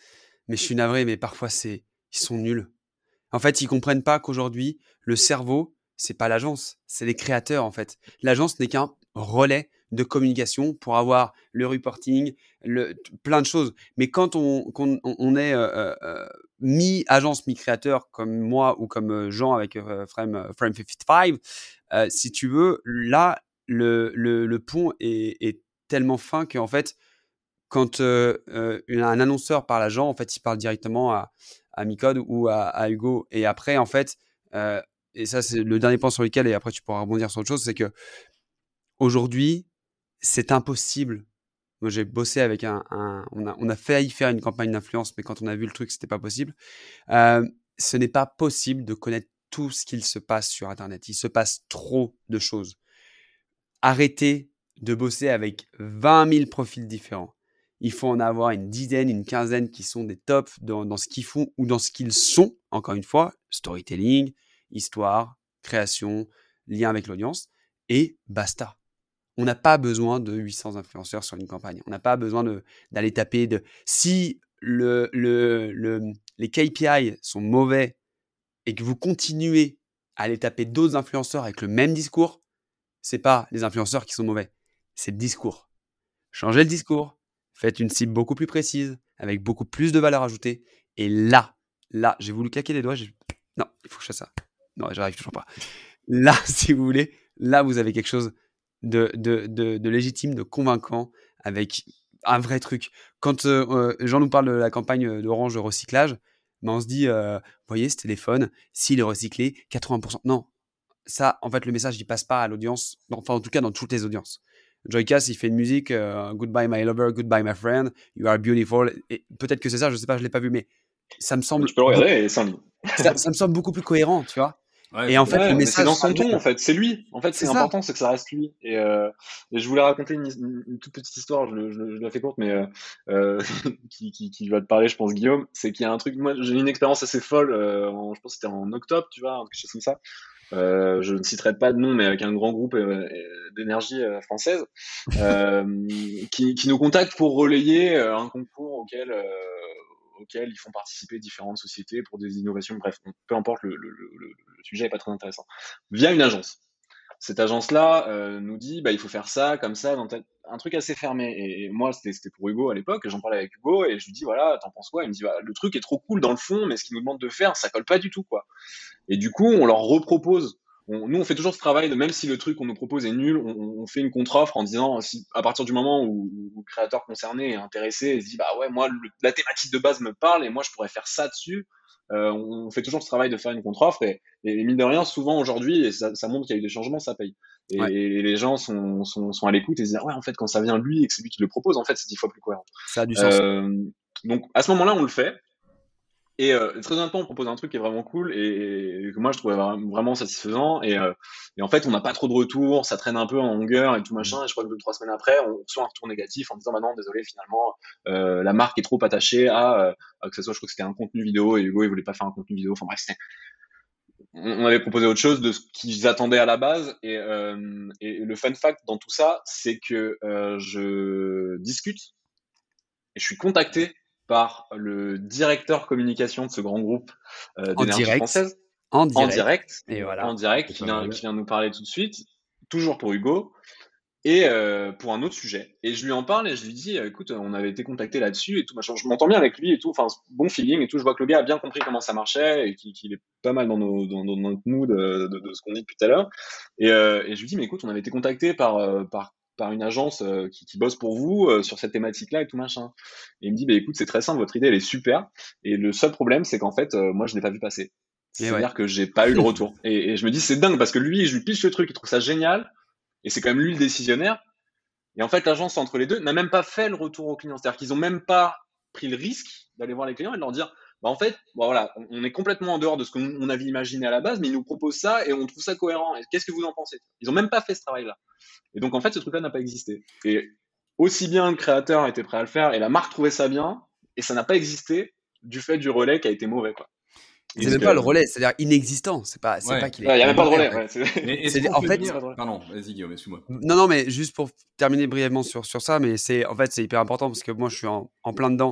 mais je suis navré, mais parfois, c'est, ils sont nuls. En fait, ils comprennent pas qu'aujourd'hui, le cerveau, c'est pas l'agence, c'est les créateurs, en fait. L'agence n'est qu'un relais de communication pour avoir le reporting, le, plein de choses. Mais quand on, qu'on- on, on est euh, euh, mi-agence, mi-créateur, comme moi ou comme euh, Jean avec euh, Frame, euh, Frame cinquante-cinq, euh, si tu veux, là, le, le, le pont est, est tellement fin qu'en fait, quand euh, euh, une- un annonceur parle à Jean, en fait, il parle directement à, à Micode ou à, à Hugo. Et après, en fait, euh, et ça, c'est le dernier point sur lequel, et après, tu pourras rebondir sur autre chose, c'est que aujourd'hui, c'est impossible. Moi, j'ai bossé avec un, un- on a, on a failli faire une campagne d'influence, mais quand on a vu le truc, c'était pas possible. Euh, ce n'est pas possible de connaître tout ce qu'il se passe sur Internet. Il se passe trop de choses. Arrêtez de bosser avec vingt mille profils différents. Il faut en avoir une dizaine, une quinzaine qui sont des tops dans, dans ce qu'ils font ou dans ce qu'ils sont. Encore une fois, storytelling, histoire, création, lien avec l'audience, et basta. On n'a pas besoin de huit cents influenceurs sur une campagne. On n'a pas besoin de, d'aller taper de... Si le, le, le, les K P I sont mauvais et que vous continuez à aller taper d'autres influenceurs avec le même discours, c'est pas les influenceurs qui sont mauvais, c'est le discours. Changez le discours, faites une cible beaucoup plus précise, avec beaucoup plus de valeur ajoutée. Et là, là, j'ai voulu claquer les doigts. J'ai... Non, il faut que je fasse ça. Non, j'arrive toujours pas. Là, si vous voulez, là, vous avez quelque chose de, de, de, de légitime, de convaincant, avec un vrai truc. Quand euh, euh, Jean nous parle de la campagne d'Orange de recyclage, ben on se dit, euh, vous voyez, ce téléphone, s'il est recyclé, quatre-vingts pour cent. Non, ça, en fait, le message, il passe pas à l'audience, enfin, en tout cas, dans toutes les audiences. Joycast, il fait une musique, euh, Goodbye my lover, goodbye my friend, you are beautiful. Et peut-être que c'est ça, je sais pas, je l'ai pas vu, mais ça me semble, Tu peux le beaucoup, regarder et c'est en ligne. ça, ça me semble beaucoup plus cohérent, tu vois. Ouais, Et je en vois. fait, le Ouais, mais c'est message dans sera son le ton, en même. fait. C'est lui. En fait, C'est c'est ça. important, c'est que ça reste lui. Et, euh, et je voulais raconter une, une- une toute petite histoire, je, le- je, le- je la fais courte, mais euh, euh, qui, qui, qui va te parler, je pense, Guillaume. C'est qu'il y a un truc, moi, j'ai eu une expérience assez folle, euh, en- je pense que c'était en octobre, tu vois, quelque chose comme ça. Euh, je ne citerai pas de nom, mais avec un grand groupe euh, d'énergie euh, française, euh, qui, qui nous contacte pour relayer euh, un concours auquel, euh, auquel ils font participer différentes sociétés pour des innovations. Bref, peu importe, le, le, le, le sujet est pas très intéressant. Via une agence. Cette agence-là euh, nous dit, bah, il faut faire ça, comme ça, dans tel... un truc assez fermé. Et, et moi, c'était c'était pour Hugo à l'époque, j'en parlais avec Hugo, et je lui dis, voilà, t'en penses quoi? Il me dit, bah, le truc est trop cool dans le fond, mais ce qu'il nous demande de faire, ça colle pas du tout, quoi. Et du coup, on leur repropose. On, nous, on fait toujours ce travail de même si le truc qu'on nous propose est nul, on, on fait une contre-offre en disant si à partir du moment où, où le créateur concerné est intéressé et se dit bah ouais moi le, la thématique de base me parle et moi je pourrais faire ça dessus, euh, on, on fait toujours ce travail de faire une contre-offre et, et mine de rien souvent aujourd'hui et ça, ça montre qu'il y a eu des changements, ça paye. Et, Ouais, et les gens sont, sont, sont à l'écoute et se disent ah ouais en fait quand ça vient de lui et que c'est lui qui le propose en fait c'est dix fois plus cohérent. ça a du sens. Euh, donc à ce moment-là on le fait. Et euh, très honnêtement, on propose un truc qui est vraiment cool et, et que moi je trouvais vra- vraiment satisfaisant. Et, euh, et en fait, on n'a pas trop de retours, ça traîne un peu en longueur et tout machin. Et je crois que deux trois semaines après, on reçoit un retour négatif en disant bah non, désolé, finalement, euh, la marque est trop attachée à, euh, à que ce soit, je crois que c'était un contenu vidéo et Hugo il voulait pas faire un contenu vidéo. Enfin bref, c'était- on on avait proposé autre chose de ce qu'ils attendaient à la base. Et, euh, et le fun fact dans tout ça, c'est que euh, je discute et je suis contacté par le directeur communication de ce grand groupe euh, En d'énergie direct, française, en en direct. direct, Et en voilà. direct, C'est qui pas vient, mal. qui vient nous parler tout de suite, toujours pour Hugo, et euh, pour un autre sujet. Et je lui en parle et je lui dis, euh, écoute, on avait été contacté là-dessus et tout, machin. Je m'entends bien avec lui et tout, enfin, bon feeling et tout. Je vois que le gars a bien compris comment ça marchait et qu'il qu'il est pas mal dans, nos, dans, dans notre mood de, de, de ce qu'on dit depuis tout à l'heure. Et, euh, et je lui dis, mais écoute, on avait été contacté par, euh, par, par une agence euh, qui, qui bosse pour vous euh, sur cette thématique-là et tout machin. Et il me dit, bah écoute, c'est très simple, votre idée elle est super. Et le seul problème, c'est qu'en fait, euh, moi je l'ai pas vu passer. Et ouais. C'est-à-dire que j'ai pas eu de retour. Et, et je me dis, c'est dingue parce que lui, je lui pitch le truc, il trouve ça génial. Et c'est quand même lui le décisionnaire. Et en fait, l'agence entre les deux n'a même pas fait le retour aux clients. C'est-à-dire qu'ils ont même pas pris le risque d'aller voir les clients et de leur dire, bah en fait, bon, voilà, on est complètement en dehors de ce qu'on avait imaginé à la base, mais ils nous proposent ça et on trouve ça cohérent. Et qu'est-ce que vous en pensez? Ils ont même pas fait ce travail-là. Et donc en fait, ce truc-là n'a pas existé. Et aussi bien le créateur était prêt à le faire et la marque trouvait ça bien, et ça n'a pas existé du fait du relais qui a été mauvais, quoi. C'est Donc, même pas le euh, relais, c'est-à-dire inexistant. C'est pas, c'est Ouais. pas qu'il il est n'y a même pas de mauvais, relais. en fait. Ouais, c'est- Mais est-ce C'est, qu'on en peut fait, dire... pas de relais. Pardon, vas-y Guillaume, excuse-moi. non, non, mais juste pour terminer brièvement sur, sur ça, mais c'est, en fait, c'est hyper important parce que moi, je suis en, en plein dedans.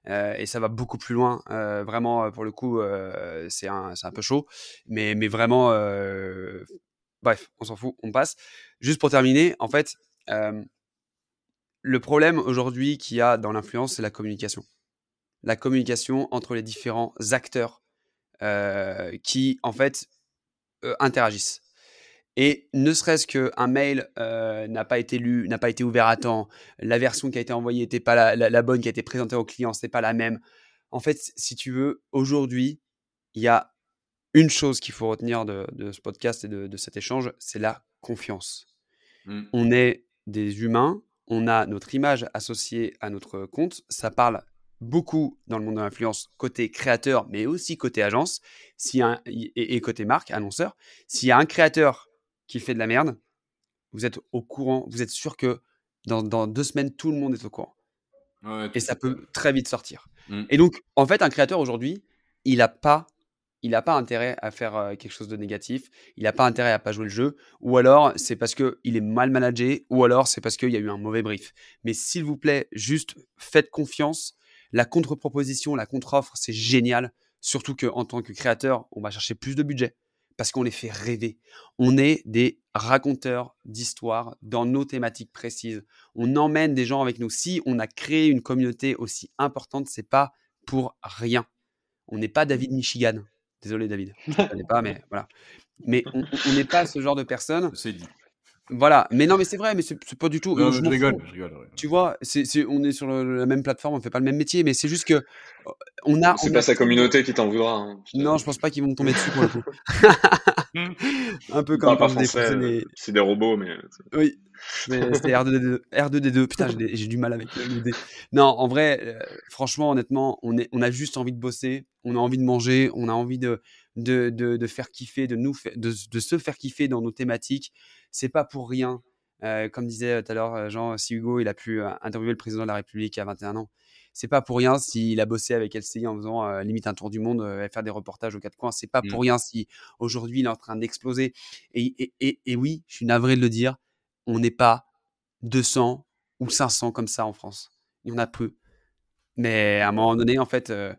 euh, et ça va beaucoup plus loin. Euh, vraiment, pour le coup, euh, c'est un, c'est un peu chaud. Mais, mais vraiment, euh, bref, on s'en fout, on passe. Juste pour terminer, en fait, euh, le problème aujourd'hui qu'il y a dans l'influence, c'est la communication. La communication entre les différents acteurs euh, qui, en fait, euh, interagissent. Et ne serait-ce qu'un mail euh, n'a pas été lu, n'a pas été ouvert à temps, la version qui a été envoyée n'était pas la, la, la bonne, qui a été présentée au client, ce n'est pas la même. En fait, si tu veux, aujourd'hui, il y a une chose qu'il faut retenir de, de ce podcast et de, de cet échange, c'est la confiance. Mmh. On est des humains, on a notre image associée à notre compte, ça parle beaucoup dans le monde de l'influence côté créateur, mais aussi côté agence s'il y a un, et, et côté marque, annonceur. S'il y a un créateur qui fait de la merde, vous êtes au courant, vous êtes sûr que dans, dans deux semaines, tout le monde est au courant. Ouais, et ça peut très vite sortir. Mmh. Et donc, en fait, un créateur aujourd'hui, il n'a pas, il n'a pas intérêt à faire euh, quelque chose de négatif, il n'a pas intérêt à pas jouer le jeu, ou alors c'est parce qu'il est mal managé, ou alors c'est parce qu'il y a eu un mauvais brief. Mais s'il vous plaît, juste faites confiance. La contre-proposition, la contre-offre, c'est génial. Surtout qu'en tant que créateur, on va chercher plus de budget parce qu'on les fait rêver. On est des raconteurs d'histoires dans nos thématiques précises. On emmène des gens avec nous. Si on a créé une communauté aussi importante, c'est pas pour rien. On n'est pas David Michigan. Désolé David, je ne connais pas, mais voilà. Mais on n'est pas ce genre de personne. C'est dit. Voilà, mais non, mais c'est vrai, mais c'est, c'est pas du tout. Non, je, je, rigole, je rigole, je rigole. Tu vois, c'est, c'est, on est sur le, la même plateforme, on fait pas le même métier, mais c'est juste que on a. C'est on pas a sa communauté qui t'en voudra. Hein, non, je pense pas qu'ils vont me tomber dessus pour le coup. Un peu Ils comme pas quand français, je des... c'est des robots, mais. Oui, mais c'était R deux D deux. R deux D deux. Putain, j'ai, j'ai du mal avec le D. Non, en vrai, euh, franchement, honnêtement, on, est, on a juste envie de bosser, on a envie de manger, on a envie de, de, de, de faire kiffer, de, nous, de, de se faire kiffer dans nos thématiques. C'est pas pour rien. Euh, comme disait tout à l'heure Jean, si Hugo il a pu euh, interviewer le président de la République à vingt et un ans, c'est pas pour rien s'il a bossé avec L C I en faisant euh, limite un tour du monde euh, et faire des reportages aux quatre coins. C'est pas mmh. pour rien si aujourd'hui il est en train d'exploser. Et, et, et, et oui, je suis navré de le dire, on n'est pas deux cents ou cinq cents comme ça en France. Il y en a peu. Mais à un moment donné, en fait, euh,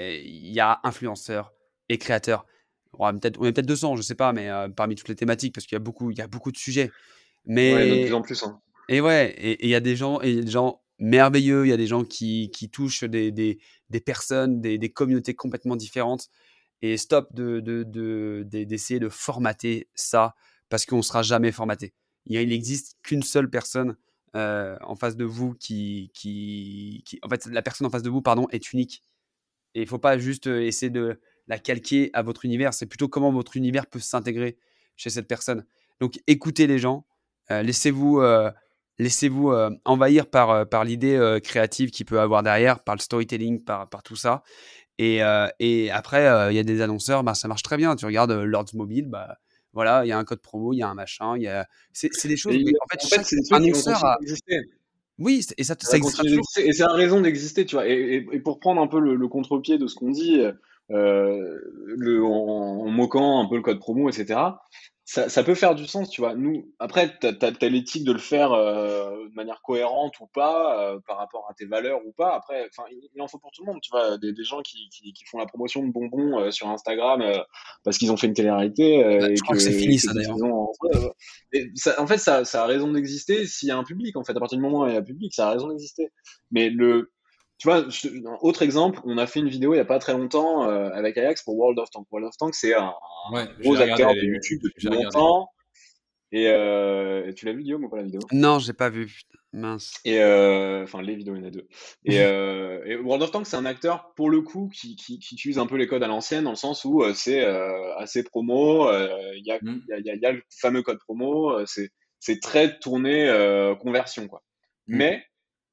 il y a influenceurs et créateurs. On est peut-être, on est peut-être deux cents, je sais pas, mais euh, parmi toutes les thématiques, parce qu'il y a beaucoup, il y a beaucoup de sujets. Mais ouais, de plus en plus. Hein. Et ouais, et il y a des gens, et des gens merveilleux. Il y a des gens qui, qui touchent des, des, des personnes, des, des communautés complètement différentes. Et stop de, de, de, de, d'essayer de formater ça parce qu'on ne sera jamais formaté. Il n'existe qu'une seule personne euh, en face de vous qui, qui, qui, en fait, la personne en face de vous, pardon, est unique. Et il ne faut pas juste essayer de la calquer à votre univers. C'est plutôt comment votre univers peut s'intégrer chez cette personne. Donc, écoutez les gens. Euh, laissez-vous, euh, laissez-vous euh, envahir par, euh, par l'idée euh, créative qu'il peut avoir derrière, par le storytelling, par, par tout ça. Et, euh, et après, il euh, y a des annonceurs, bah, ça marche très bien. Tu regardes euh, Lords Mobile, bah, voilà, il y a un code promo, il y a un machin. Y a... c'est, c'est des choses. Et mais en fait, en chaque fait, c'est des trucs annonceur qui vont a... exister. Oui, et ça, ça, ça existera toujours. Et c'est la raison d'exister, tu vois. Et, et, et pour prendre un peu le, le contre-pied de ce qu'on dit, euh, le, en, en moquant un peu le code promo, et cetera, ça, ça peut faire du sens, tu vois. Nous, après, t'as, t'as, t'as l'éthique de le faire euh, de manière cohérente ou pas, euh, par rapport à tes valeurs ou pas. Après, enfin, il, il en faut pour tout le monde, tu vois. Des, des gens qui, qui, qui font la promotion de bonbons euh, sur Instagram euh, parce qu'ils ont fait une télé-réalité. Euh, bah, et je crois que, que c'est fini, que ça, d'ailleurs. Ont, euh, et ça, en fait, ça, ça a raison d'exister s'il y a un public. En fait, à partir du moment où il y a un public, ça a raison d'exister. Mais le, tu vois, je, un autre exemple, on a fait une vidéo il y a pas très longtemps euh, avec Ajax pour World of Tanks. World of Tanks, c'est un, ouais, un gros regardé, acteur de YouTube depuis longtemps. Et, euh, et tu l'as vu, Guillaume, ou pas la vidéo? Non, j'ai pas vu. Mince. Et euh, enfin, les vidéos, il y en a deux. Et, euh, et World of Tanks, c'est un acteur pour le coup qui, qui, qui utilise un peu les codes à l'ancienne, dans le sens où euh, c'est euh, assez promo. Il euh, y, mm. y, a, y, a, y a le fameux code promo. Euh, c'est c'est très tourné euh, conversion, quoi. Mm. Mais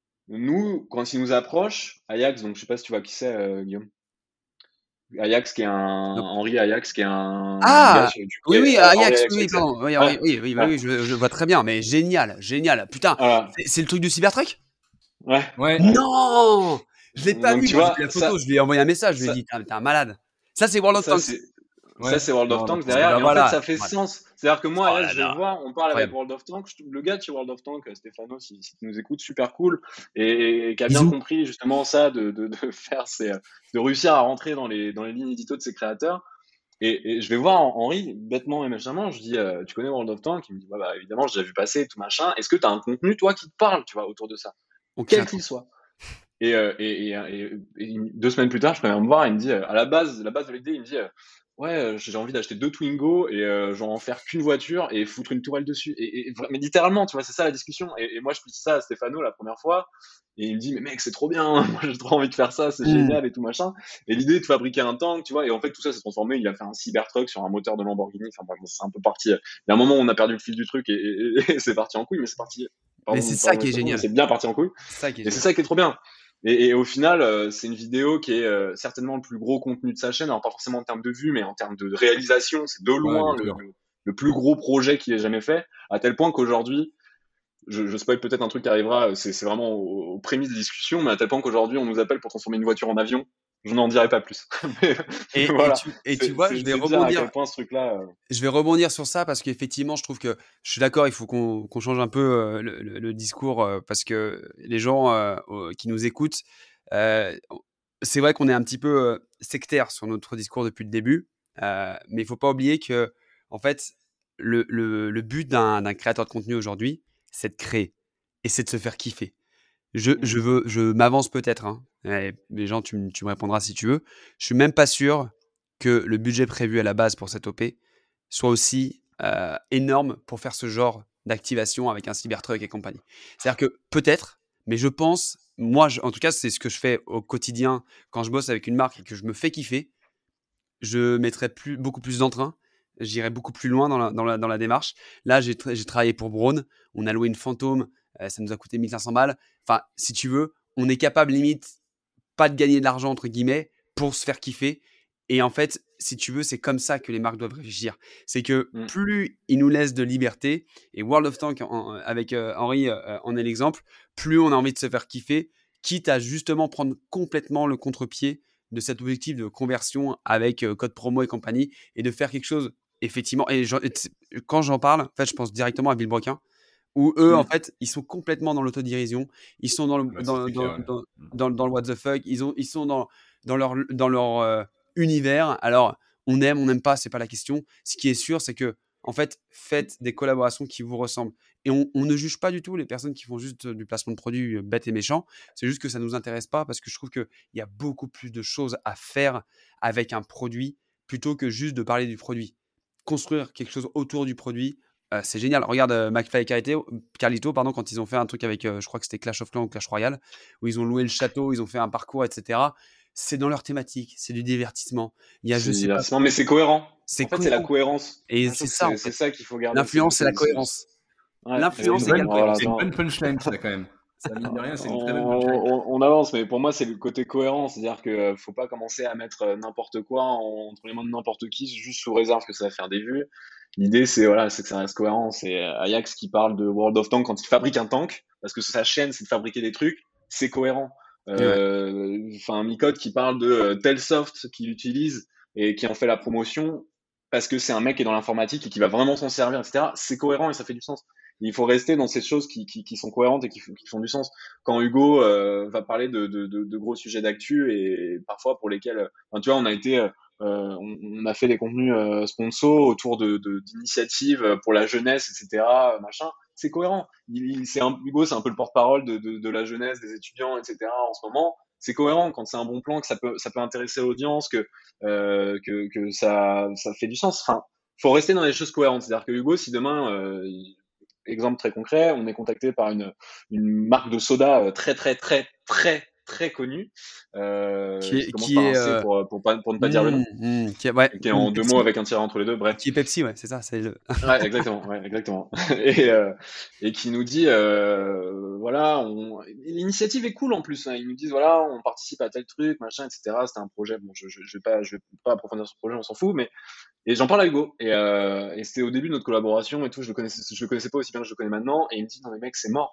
nous, quand il nous approche, Ajax, donc je sais pas si tu vois qui c'est, euh, Guillaume. Ajax qui est un non. Henri Ajax qui est un ah gars, du oui oui euh, Ajax, Ajax oui pardon oui, oui, oui, oui, oui, oui je, je vois très bien, mais génial génial putain ah. c'est, c'est le truc du Cybertruck. Ouais ouais non je l'ai pas donc, vu tu vois, la photo ça, je lui ai envoyé un message je lui ai dit t'es un malade ça c'est World of Tanks. Ça, Ouais, c'est World of non, non, Tanks c'est- derrière. Bah Et en fait, voilà, ça fait voilà. sens. C'est-à-dire que moi, Oh là, là je vais le là, voir, on parle avec incroyable. World of Tanks. Je- Le gars de chez World of Tanks, Stéphano, si, si tu nous écoutes, super cool. Et, et qui a bien Bisous. compris justement ça, de, de, de faire ses, de réussir à rentrer dans les, dans les lignes édito de ses créateurs. Et, et je vais voir Henri, bêtement et méchamment, je dis, euh, tu connais World of Tanks? Il me dit, ouais, bah, évidemment, j'ai déjà vu passer, tout machin. Est-ce que tu as un contenu, toi, qui te parle, tu vois, autour de ça? On crée un Quel truc. qu'il soit. Et, euh, et, et, et- et deux semaines plus tard, je peux venir me voir et il me dit, euh, à la base, la base de l'idée, il me dit, euh, ouais, euh, j'ai envie d'acheter deux Twingo et euh, j'en en faire qu'une voiture et foutre une tourelle dessus. Et, et- vra- mais littéralement, tu vois, c'est ça la discussion. Et, et moi, je dis ça à Stéphano la première fois et il me dit, mais mec, c'est trop bien, moi j'ai trop envie de faire ça, c'est Hmm. génial et tout machin. Et l'idée de fabriquer un tank, tu vois, et en fait, tout ça s'est transformé. Il a fait un Cybertruck sur un moteur de Lamborghini. Enfin, bref, c'est un peu parti. Il y a un moment où on a perdu le fil du truc et, et- et c'est parti en couille, mais c'est parti. Mais c'est Pardon, ça pardon qui est l'expression, mais génial. c'est bien parti en couille. C'est ça qui est Et c'est génial. ça qui est trop bien. Et, et au final, euh, c'est une vidéo qui est euh, certainement le plus gros contenu de sa chaîne. Alors pas forcément en termes de vues, mais en termes de réalisation, c'est de Ouais, loin bien le, sûr. le, le plus gros projet qu'il ait jamais fait. À tel point qu'aujourd'hui, je, je spoil peut-être un truc qui arrivera, c'est c'est vraiment aux, aux prémices de discussion, mais à tel point qu'aujourd'hui, on nous appelle pour transformer une voiture en avion. Je n'en dirai pas plus. mais, mais Et, et voilà, tu, et tu c'est vois, je c'est- vais c'est dire à rebondir. quel point ce truc-là. euh, Je vais rebondir sur ça parce qu'effectivement, je trouve que je suis d'accord, il faut qu'on qu'on change un peu euh, le, le- le discours euh, parce que les gens euh, euh, qui nous écoutent, euh, c'est vrai qu'on est un petit peu euh, sectaire sur notre discours depuis le début, euh, mais il faut pas oublier que, en fait, le, le- le but d'un d'un créateur de contenu aujourd'hui, c'est de créer et c'est de se faire kiffer. Je, mm, je veux, je m'avance peut-être, hein. Eh, les gens, tu, me- tu me répondras si tu veux. Je suis même pas sûr que le budget prévu à la base pour cette O P soit aussi euh, énorme pour faire ce genre d'activation avec un Cybertruck et compagnie. C'est-à-dire que peut-être, mais je pense, moi, je- en tout cas, c'est ce que je fais au quotidien quand je bosse avec une marque et que je me fais kiffer. Je mettrais plus, beaucoup plus d'entrain. J'irai beaucoup plus loin dans la, dans la, dans la démarche. Là, j'ai tra- j'ai travaillé pour Braun. On a loué une Fantôme. euh, ça nous a coûté mille cinq cents balles. Enfin, si tu veux, on est capable limite pas de gagner de l'argent, entre guillemets, pour se faire kiffer. Et en fait, si tu veux, c'est comme ça que les marques doivent réfléchir. C'est que mm. plus ils nous laissent de liberté, et World of Tanks, en- avec euh, Henri, euh, en est l'exemple, plus on a envie de se faire kiffer, quitte à justement prendre complètement le contre-pied de cet objectif de conversion avec euh, code promo et compagnie, et de faire quelque chose, effectivement. Et j'en- et t- quand j'en parle, en fait, je pense directement à Villebrequin, où eux, en Mm. fait, ils sont complètement dans l'autodérision, ils sont dans le, Bah, ça, dans, c'est clair. dans, Ouais. dans, Mm. dans, dans le what the fuck, ils, ont, ils sont dans, dans leur, dans leur euh, univers. Alors, on aime, on n'aime pas, c'est pas la question. Ce qui est sûr, c'est que, en fait, faites des collaborations qui vous ressemblent. Et on, on ne juge pas du tout les personnes qui font juste du placement de produits euh, bête et méchant. C'est juste que ça nous intéresse pas parce que je trouve qu'il y a beaucoup plus de choses à faire avec un produit plutôt que juste de parler du produit. Construire quelque chose autour du produit, euh, c'est génial. Regarde euh, McFly et Carlito, Carlito, pardon, quand ils ont fait un truc avec, euh, je crois que c'était Clash of Clans ou Clash Royale, où ils ont loué le château, ils ont fait un parcours, et cetera. C'est dans leur thématique, c'est du divertissement. Il y a, je C'est sais pas, divertissement, mais c'est cohérent. c'est En fait, c'est la cohérent. cohérence. Et Moi, je c'est trouve que ça, en c'est c'est fait. ça qu'il faut garder. C'est le- L'influence, c'est la c'est- c'est- cohérence. Ouais, C'est une L'influence bonne, égale exactement. Voilà, c'est une cohérence. attends. bonne punchline, ça, quand même. Ça, mine de rien, c'est une très bonne punchline. On, on- on avance, mais pour moi, c'est le côté cohérent. C'est-à-dire que euh, faut pas commencer à mettre euh, n'importe quoi en- entre les mains de n'importe qui, juste sous réserve que ça va faire des vues. L'idée, c'est voilà, c'est que ça reste cohérent. C'est euh, Ajax qui parle de World of Tanks quand il fabrique un tank, parce que sa chaîne, c'est de fabriquer des trucs. C'est cohérent. Ouais. Euh, Enfin, Micode qui parle de euh, Telsoft qu'il utilise et qui en fait la promotion parce que c'est un mec qui est dans l'informatique et qui va vraiment s'en servir, et cetera. C'est cohérent et ça fait du sens. Il faut rester dans ces choses qui, qui, qui sont cohérentes et qui, f- qui font du sens. Quand Hugo euh, va parler de, de, de, de gros sujets d'actu et parfois pour lesquels, euh, enfin, tu vois, on a été, euh, on, on a fait des contenus euh, sponsors autour de de- d'initiatives pour la jeunesse, et cetera. euh, Machin, c'est cohérent. Il, il- c'est un, Hugo, c'est un peu le porte-parole de, de, de la jeunesse, des étudiants, et cetera. En ce moment, c'est cohérent quand c'est un bon plan, que ça peut ça peut intéresser l'audience, que euh, que que ça ça fait du sens. Enfin, faut rester dans les choses cohérentes. C'est-à-dire que Hugo, si demain euh, il- exemple très concret, on est contacté par une, une marque de soda euh, très très très très très connue euh, Qui qui est, commence qui par un est C euh, pour, pour, pas, pour ne pas dire le hmm, nom, hmm, qui est, ouais, et qui est hmm, en deux mots Pepsi, avec un tiret entre les deux, bref. qui est Pepsi, ouais, c'est ça, c'est le. Ouais, exactement, ouais, exactement. Et, euh, et qui nous dit, euh, voilà, on... l'initiative est cool en plus. Hein. Ils nous disent, voilà, on participe à tel truc, machin, et cetera. C'était un projet. Bon, je, je, je vais pas, je vais pas approfondir ce projet, on s'en fout, mais et j'en parle à Hugo. Et, euh, et c'était au début de notre collaboration et tout. Je le connaissais, je le connaissais pas aussi bien que je le connais maintenant. Et il me dit, non mais mec, c'est mort.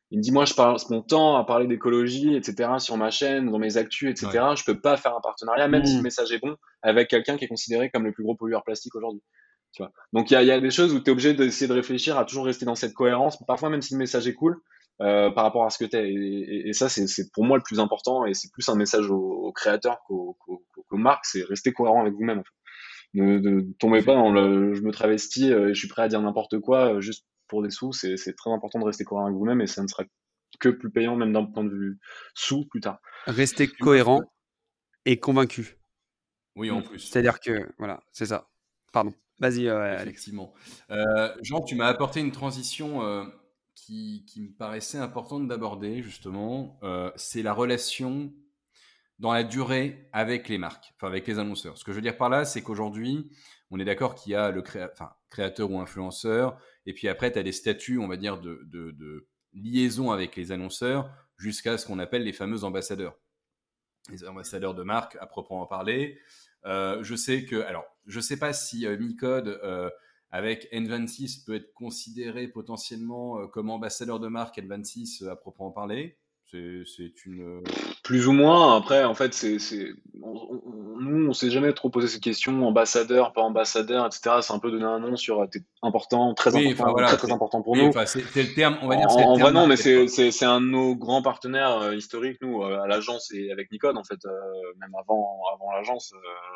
Il me dit, moi, je passe mon temps à parler d'écologie, et cetera, sur ma chaîne, dans mes actus, et cetera. Ouais. Je peux pas faire un partenariat, même mmh. si le message est bon, avec quelqu'un qui est considéré comme le plus gros pollueur plastique aujourd'hui. Tu vois. Donc, il y a, y a des choses où tu es obligé d'essayer de réfléchir à toujours rester dans cette cohérence. Parfois, même si le message est cool, euh, par rapport à ce que tu es. Et, et, et ça, c'est pour moi le plus important. Et c'est plus un message aux, aux créateurs qu'aux qu'aux, qu'aux marques. C'est rester cohérent avec vous-même. En fait. Ne, ne tombez pas dans le je me travestis et je suis prêt à dire n'importe quoi juste pour des sous. C'est très important de rester cohérent avec vous-même et ça ne sera que plus payant, même d'un point de vue sous, plus tard. Rester cohérent et convaincu. Oui, en plus. C'est-à-dire que, voilà, c'est ça. Pardon. Vas-y, euh, Alex. Effectivement. Euh, Jean, tu m'as apporté une transition euh, qui, qui me paraissait importante d'aborder, justement. Euh, c'est la relation dans la durée avec les marques, enfin avec les annonceurs. Ce que je veux dire par là, c'est qu'aujourd'hui, on est d'accord qu'il y a le créa enfin, créateur ou influenceur, et puis après, tu as des statuts, on va dire, de, de, de liaison avec les annonceurs, jusqu'à ce qu'on appelle les fameux ambassadeurs. Les ambassadeurs de marque, à proprement parler. Euh, je sais que, alors, je sais pas si euh, Micode, euh, avec N vingt-six, peut être considéré potentiellement euh, comme ambassadeur de marque N vingt-six, euh, à proprement parler. C'est une... Plus ou moins. Après, en fait, c'est, c'est, on, on, nous, on s'est jamais trop posé cette question, ambassadeur, pas ambassadeur, et cetera. C'est un peu donner un nom sur t'es important, très oui, important, voilà, très très important pour oui, nous. C'est le terme, on va dire. En, le en terme vrai, non, mais c'est, c'est, c'est un de nos grands partenaires euh, historiques, nous, euh, à l'agence et avec Nikon, en fait, euh, même avant, avant l'agence.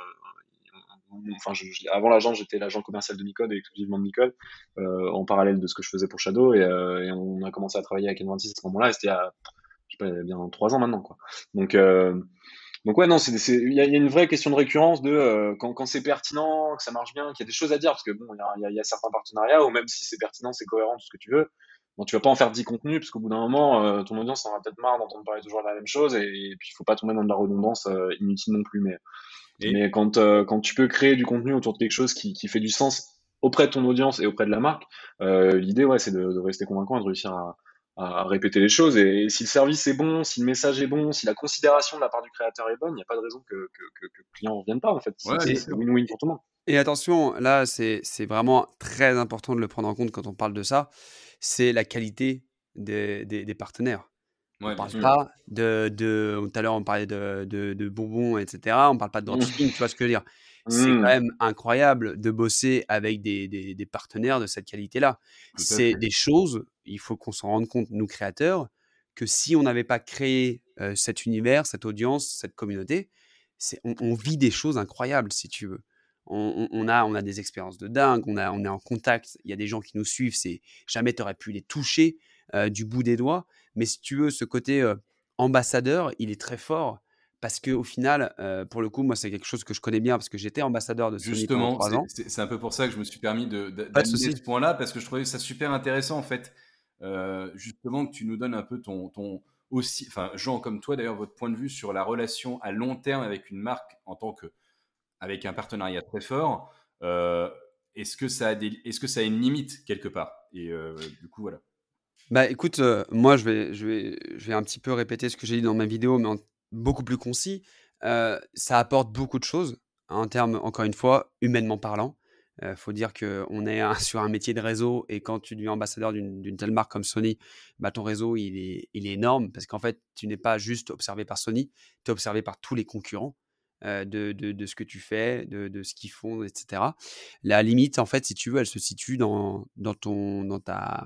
Euh, enfin, je, je, avant l'agence, j'étais l'agent commercial de Nikon et exclusivement de Nikon, euh, en parallèle de ce que je faisais pour Shadow, et, euh, et on a commencé à travailler avec N vingt-six à ce moment-là, et c'était à je sais pas, il y a bien trois ans maintenant, quoi. Donc, euh, donc ouais, non, c'est, c'est, il y a, y a une vraie question de récurrence de euh, quand, quand c'est pertinent, que ça marche bien, qu'il y a des choses à dire, parce que bon, il y a, y, a, y a certains partenariats où même si c'est pertinent, c'est cohérent, tout ce que tu veux, bon, tu vas pas en faire dix contenus, parce qu'au bout d'un moment, euh, ton audience en a peut-être marre d'entendre parler toujours de la même chose, et, et puis il faut pas tomber dans de la redondance euh, inutile non plus. Mais, et... mais quand, euh, quand tu peux créer du contenu autour de quelque chose qui, qui fait du sens auprès de ton audience et auprès de la marque, euh, l'idée, ouais, c'est de, de rester convaincant et de réussir à à répéter les choses. Et, et si le service est bon, si le message est bon, si la considération de la part du créateur est bonne, il n'y a pas de raison que, que, que, que le client ne revienne pas, en fait. C'est ouais, win-win pour tout le monde. Et attention, là, c'est vraiment très important de le prendre en compte quand on parle de ça, c'est la qualité des, des, des partenaires. Ouais, on ne parle sûr. pas de, de... Tout à l'heure, on parlait de, de, de bonbons, et cetera. On ne parle pas de dropshipping, mmh. tu vois ce que je veux dire. C'est mmh. quand même incroyable de bosser avec des, des, des partenaires de cette qualité-là. C'est des choses, il faut qu'on s'en rende compte, nous créateurs, que si on n'avait pas créé euh, cet univers, cette audience, cette communauté, on, on vit des choses incroyables, si tu veux. On, on, a, on a des expériences de dingue, on, a, on est en contact, il y a des gens qui nous suivent, c'est jamais tu aurais pu les toucher euh, du bout des doigts. Mais si tu veux, ce côté euh, ambassadeur, il est très fort parce qu'au final, euh, pour le coup, moi, c'est quelque chose que je connais bien parce que j'étais ambassadeur de Sony Justement, pendant trois ans. C'est un peu pour ça que je me suis permis d'amener ce point-là parce que je trouvais ça super intéressant en fait. Euh, justement, que tu nous donnes un peu ton, ton aussi, enfin, Jean, comme toi d'ailleurs, votre point de vue sur la relation à long terme avec une marque en tant que, avec un partenariat très fort. Euh, est-ce que ça a des, est-ce que ça a une limite quelque part? Et euh, du coup, voilà. Bah écoute, euh, moi je vais, je, vais, je vais un petit peu répéter ce que j'ai dit dans ma vidéo, mais en beaucoup plus concis. Euh, ça apporte beaucoup de choses, en termes, encore une fois, humainement parlant. Il euh, faut dire qu'on est un, sur un métier de réseau, et quand tu deviens ambassadeur d'une telle marque comme Sony, bah, ton réseau il est, il est énorme, parce qu'en fait, tu n'es pas juste observé par Sony, tu es observé par tous les concurrents. Euh, de, de, de ce que tu fais, de, de ce qu'ils font, et cetera. La limite, en fait, si tu veux, elle se situe dans, dans, ton, dans ta...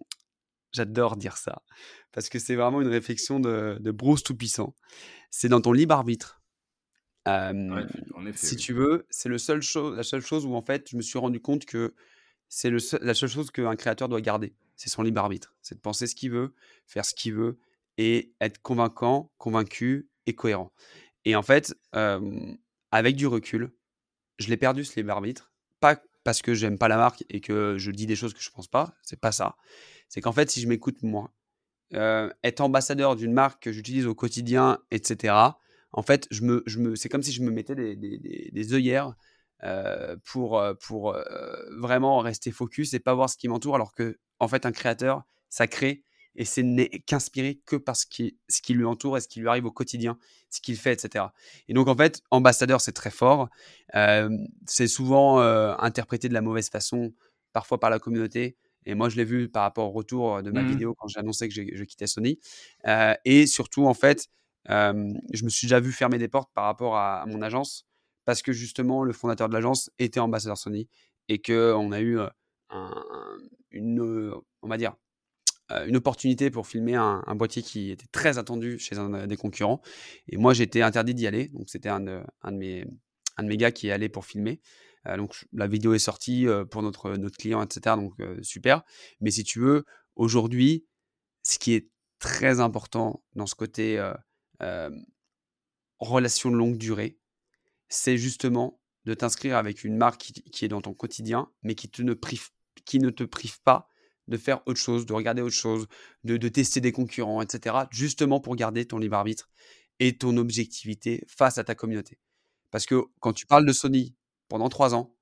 J'adore dire ça, parce que c'est vraiment une réflexion de, de Bruce Tout-Puissant. C'est dans ton libre arbitre. Euh, ouais, en effet, si oui. tu veux, c'est le seul chose, la seule chose où en fait, je me suis rendu compte que c'est la seule chose qu'un créateur doit garder. C'est son libre arbitre. C'est de penser ce qu'il veut, faire ce qu'il veut et être convaincant, convaincu et cohérent. Et en fait, euh, avec du recul, je l'ai perdu ce libre arbitre. Pas parce que j'aime pas la marque et que je dis des choses que je pense pas. C'est pas ça. C'est qu'en fait, si je m'écoute moi, euh, être ambassadeur d'une marque que j'utilise au quotidien, et cetera, en fait, je me, je me, c'est comme si je me mettais des, des, des, des œillères euh, pour, pour euh, vraiment rester focus et pas voir ce qui m'entoure, alors que, en fait, un créateur, ça crée et c'est qu'inspiré que par ce qui, ce qui lui entoure et ce qui lui arrive au quotidien, ce qu'il fait, et cetera. Et donc, en fait, ambassadeur, c'est très fort. Euh, c'est souvent euh, interprété de la mauvaise façon, parfois par la communauté. Et moi, je l'ai vu par rapport au retour de ma Mmh. vidéo quand j'ai annoncé que je, je quittais Sony. Euh, et surtout, en fait, euh, je me suis déjà vu fermer des portes par rapport à, à mon agence parce que justement, le fondateur de l'agence était ambassadeur Sony et qu'on a eu euh, un, un, une, euh, on va dire, euh, une opportunité pour filmer un, un boîtier qui était très attendu chez un des concurrents. Et moi, j'étais interdit d'y aller. Donc, c'était un de, un de mes, un de mes gars qui est allé pour filmer. Euh, donc, la vidéo est sortie euh, pour notre, notre client, et cetera. Donc, euh, super. Mais si tu veux, aujourd'hui, ce qui est très important dans ce côté euh, euh, relation de longue durée, c'est justement de t'inscrire avec une marque qui, qui est dans ton quotidien, mais qui, te ne prive, qui ne te prive pas de faire autre chose, de regarder autre chose, de, de tester des concurrents, et cetera, justement pour garder ton libre arbitre et ton objectivité face à ta communauté. Parce que quand tu parles de Sony pendant trois ans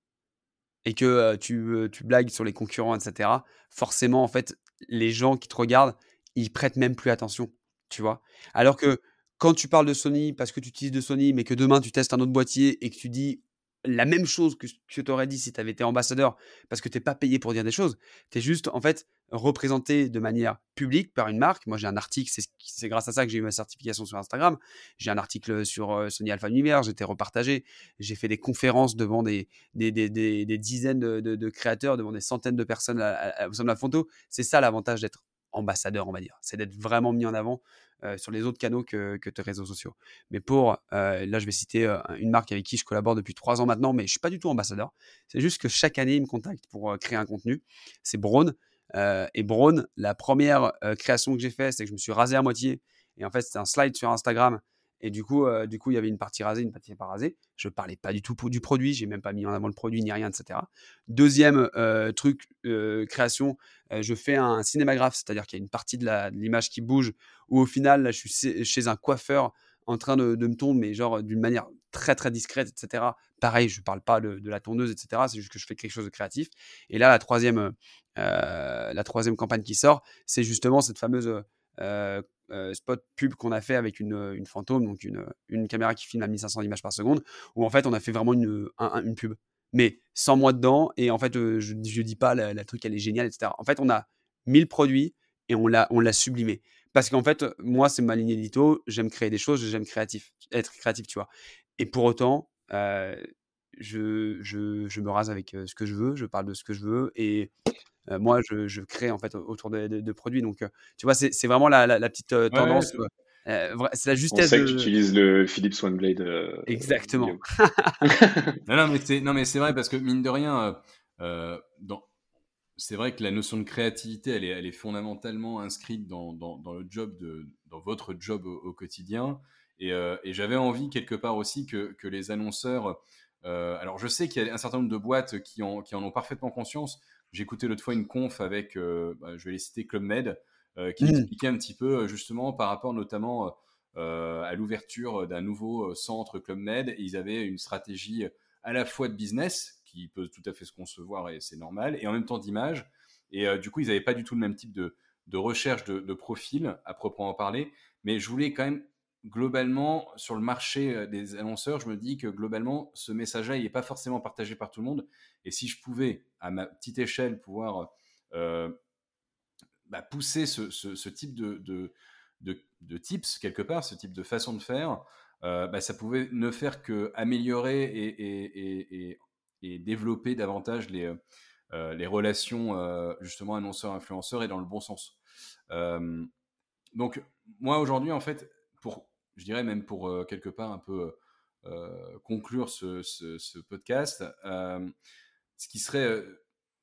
et que euh, tu, euh, tu blagues sur les concurrents, et cetera, forcément, en fait, les gens qui te regardent, ils prêtent même plus attention, tu vois. Alors que quand tu parles de Sony parce que tu utilises de Sony, mais que demain tu testes un autre boîtier et que tu dis la même chose que tu t'aurais dit si tu avais été ambassadeur parce que tu n'es pas payé pour dire des choses, tu es juste en fait représenté de manière publique par une marque. Moi, j'ai un article, c'est, c'est grâce à ça que j'ai eu ma certification sur Instagram. J'ai un article sur euh, Sony Alpha Univers, j'ai été repartagé. J'ai fait des conférences devant des, des, des, des, des dizaines de, de, de créateurs, devant des centaines de personnes à, à, à, au sein de la photo. C'est ça l'avantage d'être ambassadeur, on va dire. C'est d'être vraiment mis en avant euh, sur les autres canaux que, que tes réseaux sociaux. Mais pour, euh, là, je vais citer euh, une marque avec qui je collabore depuis trois ans maintenant, mais je ne suis pas du tout ambassadeur. C'est juste que chaque année, ils me contactent pour euh, créer un contenu. C'est Braun. Euh, et Braun, la première euh, création que j'ai faite, c'est que je me suis rasé à moitié. Et en fait, c'était un slide sur Instagram. Et du coup, euh, du coup, il y avait une partie rasée, une partie pas rasée. Je parlais pas du tout pour, du produit. J'ai même pas mis en avant le produit ni rien, et cetera. Deuxième euh, truc, euh, création, euh, je fais un cinémagraphe, c'est-à-dire qu'il y a une partie de, la, de l'image qui bouge, où au final, là, je suis chez un coiffeur en train de, de me tondre, mais genre d'une manière très très discrète, et cetera. Pareil, je parle pas de, de la tondeuse, et cetera. C'est juste que je fais quelque chose de créatif. Et là, la troisième, euh, la troisième campagne qui sort, c'est justement cette fameuse euh, euh, spot pub qu'on a fait avec une, une fantôme, donc une, une caméra qui filme à mille cinq cents images par seconde, où en fait on a fait vraiment une, un, une pub, mais sans moi dedans. Et en fait, euh, je, je dis pas la, la truc elle est géniale, et cetera. En fait, on a mis le produit et on l'a, on l'a sublimé. Parce qu'en fait, moi, c'est ma ligne édito, j'aime créer des choses, j'aime créatif, être créatif, tu vois. Et pour autant, euh, je, je, je me rase avec ce que je veux, je parle de ce que je veux, et euh, moi, je, je crée en fait autour de, de, de produits. Donc, euh, tu vois, c'est, c'est vraiment la, la, la petite euh, Ouais, tendance. Euh, vra- c'est la On justesse sait que tu de. utilises le Philips OneBlade, euh, Exactement. Guillaume. Non, non, mais c'est, non, mais c'est vrai parce que mine de rien, euh, euh, dans, c'est vrai que la notion de créativité, elle est, elle est fondamentalement inscrite dans, dans, dans le job de, dans votre job au, au quotidien. Et, euh, et j'avais envie quelque part aussi que, que les annonceurs. Euh, alors, je sais qu'il y a un certain nombre de boîtes qui en, qui en ont parfaitement conscience. J'ai écouté l'autre fois une conf avec, euh, bah, je vais les citer, Club Med, euh, qui Mmh. expliquait un petit peu justement par rapport notamment euh, à l'ouverture d'un nouveau centre Club Med. Et ils avaient une stratégie à la fois de business, qui peut tout à fait se concevoir et c'est normal, et en même temps d'image. Et euh, du coup, ils n'avaient pas du tout le même type de, de recherche de, de profil à proprement parler. Mais je voulais quand même, globalement, sur le marché des annonceurs, je me dis que globalement, ce message-là, il n'est pas forcément partagé par tout le monde. Et si je pouvais, à ma petite échelle, pouvoir euh, bah, pousser ce, ce, ce type de, de, de, de tips, quelque part, ce type de façon de faire, euh, bah, ça pouvait ne faire qu'améliorer et, et, et, et, et développer davantage les, euh, les relations, euh, justement, annonceurs-influenceurs et dans le bon sens. Euh, donc, moi, aujourd'hui, en fait, pour, je dirais même pour euh, quelque part un peu euh, conclure ce, ce, ce podcast, euh, ce qui serait euh,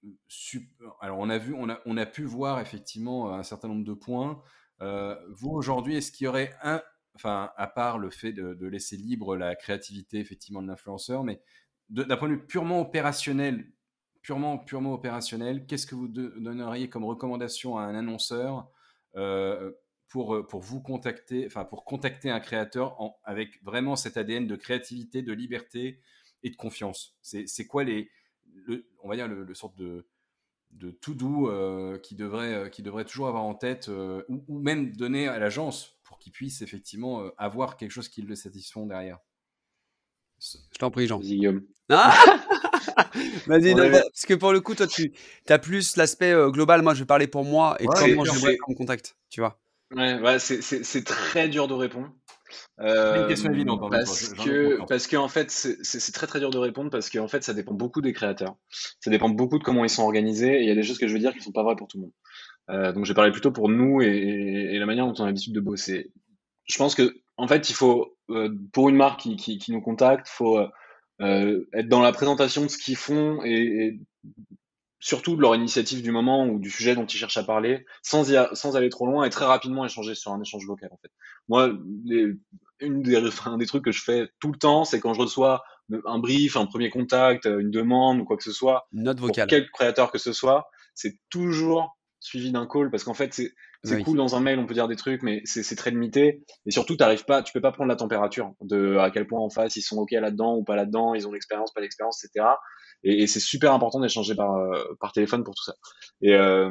super. Alors, on a vu, on a, on a pu voir effectivement un certain nombre de points. Euh, vous, aujourd'hui, est-ce qu'il y aurait un, enfin, à part le fait de, de laisser libre la créativité effectivement de l'influenceur, mais de, d'un point de vue purement opérationnel, purement, purement opérationnel, qu'est-ce que vous de, donneriez comme recommandation à un annonceur euh, pour, pour vous contacter, enfin, pour contacter un créateur en, avec vraiment cet A D N de créativité, de liberté et de confiance? C'est, c'est quoi les, le, on va dire le, le sorte de, de tout doux euh, qui, devrait, euh, qui devrait toujours avoir en tête euh, ou, ou même donner à l'agence pour qu'il puisse effectivement euh, avoir quelque chose qui le satisfont derrière? Je t'en prie, Jean. Vas-y, Guillaume. Ah Vas-y, On non, avait- parce que pour le coup, toi, tu as plus l'aspect euh, global. Moi, je vais parler pour moi et Ouais, comment c'est- j'aimerais c'est- qu'on me contacte, tu vois. Ouais, ouais, c'est c'est- c'est très dur de répondre. C'est pas une question Euh, évidente en même temps, parce je- j'en ai que conscience. parce que en fait c'est c'est- c'est très très dur de répondre parce que en fait ça dépend beaucoup des créateurs, ça dépend beaucoup de comment ils sont organisés et il y a des choses que je veux dire qui sont pas vraies pour tout le monde. Euh, donc je vais parler plutôt pour nous et, et- et la manière dont on a l'habitude de bosser. Je pense que en fait il faut euh, pour une marque qui, qui, qui nous contacte, faut euh, euh, être dans la présentation de ce qu'ils font et, et surtout de leur initiative du moment ou du sujet dont ils cherchent à parler, sans, y a- sans aller trop loin et très rapidement échanger sur un échange vocal en fait. Moi, les, une des, enfin, un des trucs que je fais tout le temps, c'est quand je reçois un brief, un premier contact, une demande ou quoi que ce soit, Note pour vocale. quel créateur que ce soit, c'est toujours suivi d'un call parce qu'en fait c'est c'est Oui. cool dans un mail, on peut dire des trucs, mais c'est c'est très limité. Et surtout, t'arrives pas, tu peux pas prendre la température de à quel point en face ils sont ok là-dedans ou pas là-dedans, ils ont l'expérience, pas l'expérience, et cetera. Et, et c'est super important d'échanger par euh, par téléphone pour tout ça. Et euh,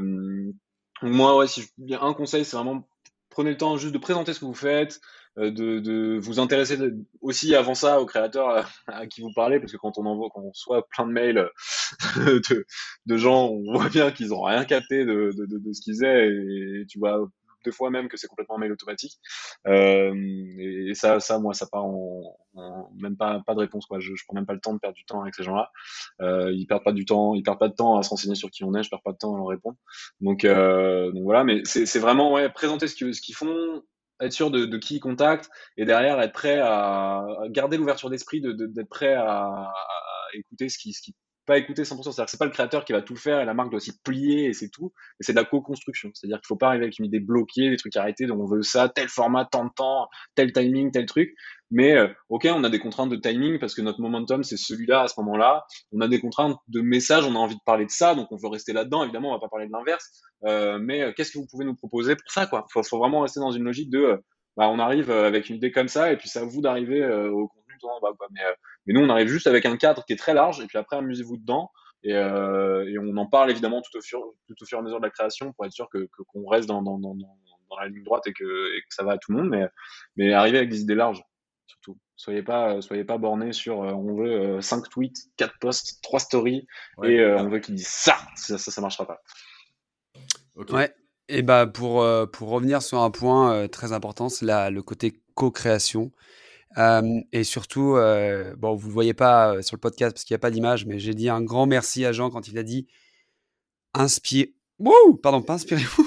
moi, ouais, si je, il y a un conseil, c'est vraiment prenez le temps juste de présenter ce que vous faites, euh, de, de vous intéresser de- aussi avant ça aux créateurs à, à qui vous parlez, parce que quand on envoie, quand on reçoit plein de mails de, de gens, on voit bien qu'ils ont rien capté de, de, de, de ce qu'ils faisaient, et tu vois deux fois même que c'est complètement un mail automatique. Euh, et, et ça, ça, moi, ça part en, en même pas, pas de réponse, quoi. Je, je prends même pas le temps de perdre du temps avec ces gens-là. Euh, ils perdent pas du temps, ils perdent pas de temps à se renseigner sur qui on est, je perds pas de temps à leur répondre. Donc, euh, donc voilà, mais c'est, c'est vraiment ouais, présenter ce qu'ils, ce qu'ils font, être sûr de, de qui ils contactent, et derrière être prêt à, à garder l'ouverture d'esprit, de, de, d'être prêt à, à écouter ce qui, ce qui pas écouter cent pour cent. C'est-à-dire que c'est pas le créateur qui va tout faire et la marque doit s'y plier et c'est tout. Et c'est de la co-construction. C'est-à-dire qu'il faut pas arriver avec une idée bloquée, des trucs arrêtés, donc on veut ça, tel format, tant de temps, tel timing, tel truc. Mais euh, ok, on a des contraintes de timing parce que notre momentum c'est celui-là à ce moment-là. On a des contraintes de message, on a envie de parler de ça, donc on veut rester là-dedans. Évidemment, on va pas parler de l'inverse. Euh, mais euh, qu'est-ce que vous pouvez nous proposer pour ça, quoi? Faut, faut vraiment rester dans une logique de, euh, bah, on arrive euh, avec une idée comme ça et puis c'est à vous d'arriver euh, au contenu dont on va, quoi. Mais, euh, mais nous, on arrive juste avec un cadre qui est très large et puis après amusez-vous dedans. Et, euh, et on en parle évidemment tout au fur, tout au fur et à mesure de la création pour être sûr que, que qu'on reste dans, dans, dans, dans la ligne droite et que, et que ça va à tout le monde. Mais, mais arriver avec des idées larges surtout. Soyez pas, soyez pas bornés sur euh, on veut euh, cinq tweets, quatre posts, trois stories Ouais, et euh, ah, on veut qu'ils disent ça. Ça, ça, ça marchera pas. ok. Ouais. Et bah pour, euh, pour revenir sur un point euh, très important, c'est la, le côté co-création. Euh, et surtout, euh, bon, vous ne le voyez pas euh, sur le podcast parce qu'il n'y a pas d'image, mais j'ai dit un grand merci à Jean quand il a dit inspire. Wouh Pardon, pas inspirez-vous.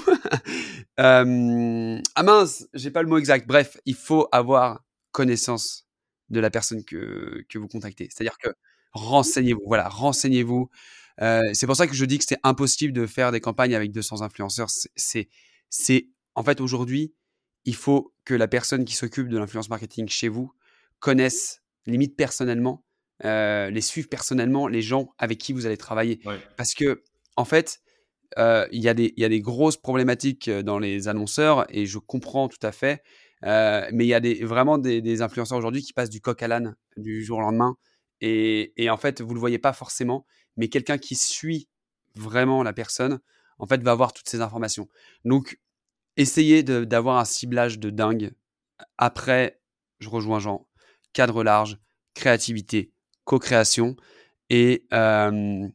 euh, ah mince, j'ai pas le mot exact. Bref, il faut avoir connaissance de la personne que, que vous contactez. C'est-à-dire que renseignez-vous. Voilà, renseignez-vous. Euh, c'est pour ça que je dis que c'est impossible de faire des campagnes avec deux cents influenceurs. C'est, c'est, c'est en fait aujourd'hui, il faut que la personne qui s'occupe de l'influence marketing chez vous connaisse limite personnellement, euh, les suive personnellement les gens avec qui vous allez travailler. Ouais. Parce que en fait, euh, il y a des, il y a des grosses problématiques dans les annonceurs et je comprends tout à fait. Euh, mais il y a des, vraiment des, des influenceurs aujourd'hui qui passent du coq à l'âne du jour au lendemain. Et, et en fait, vous ne le voyez pas forcément, mais quelqu'un qui suit vraiment la personne, en fait, va avoir toutes ces informations. Donc, essayez de, d'avoir un ciblage de dingue. Après, je rejoins Jean, cadre large, créativité, co-création et euh,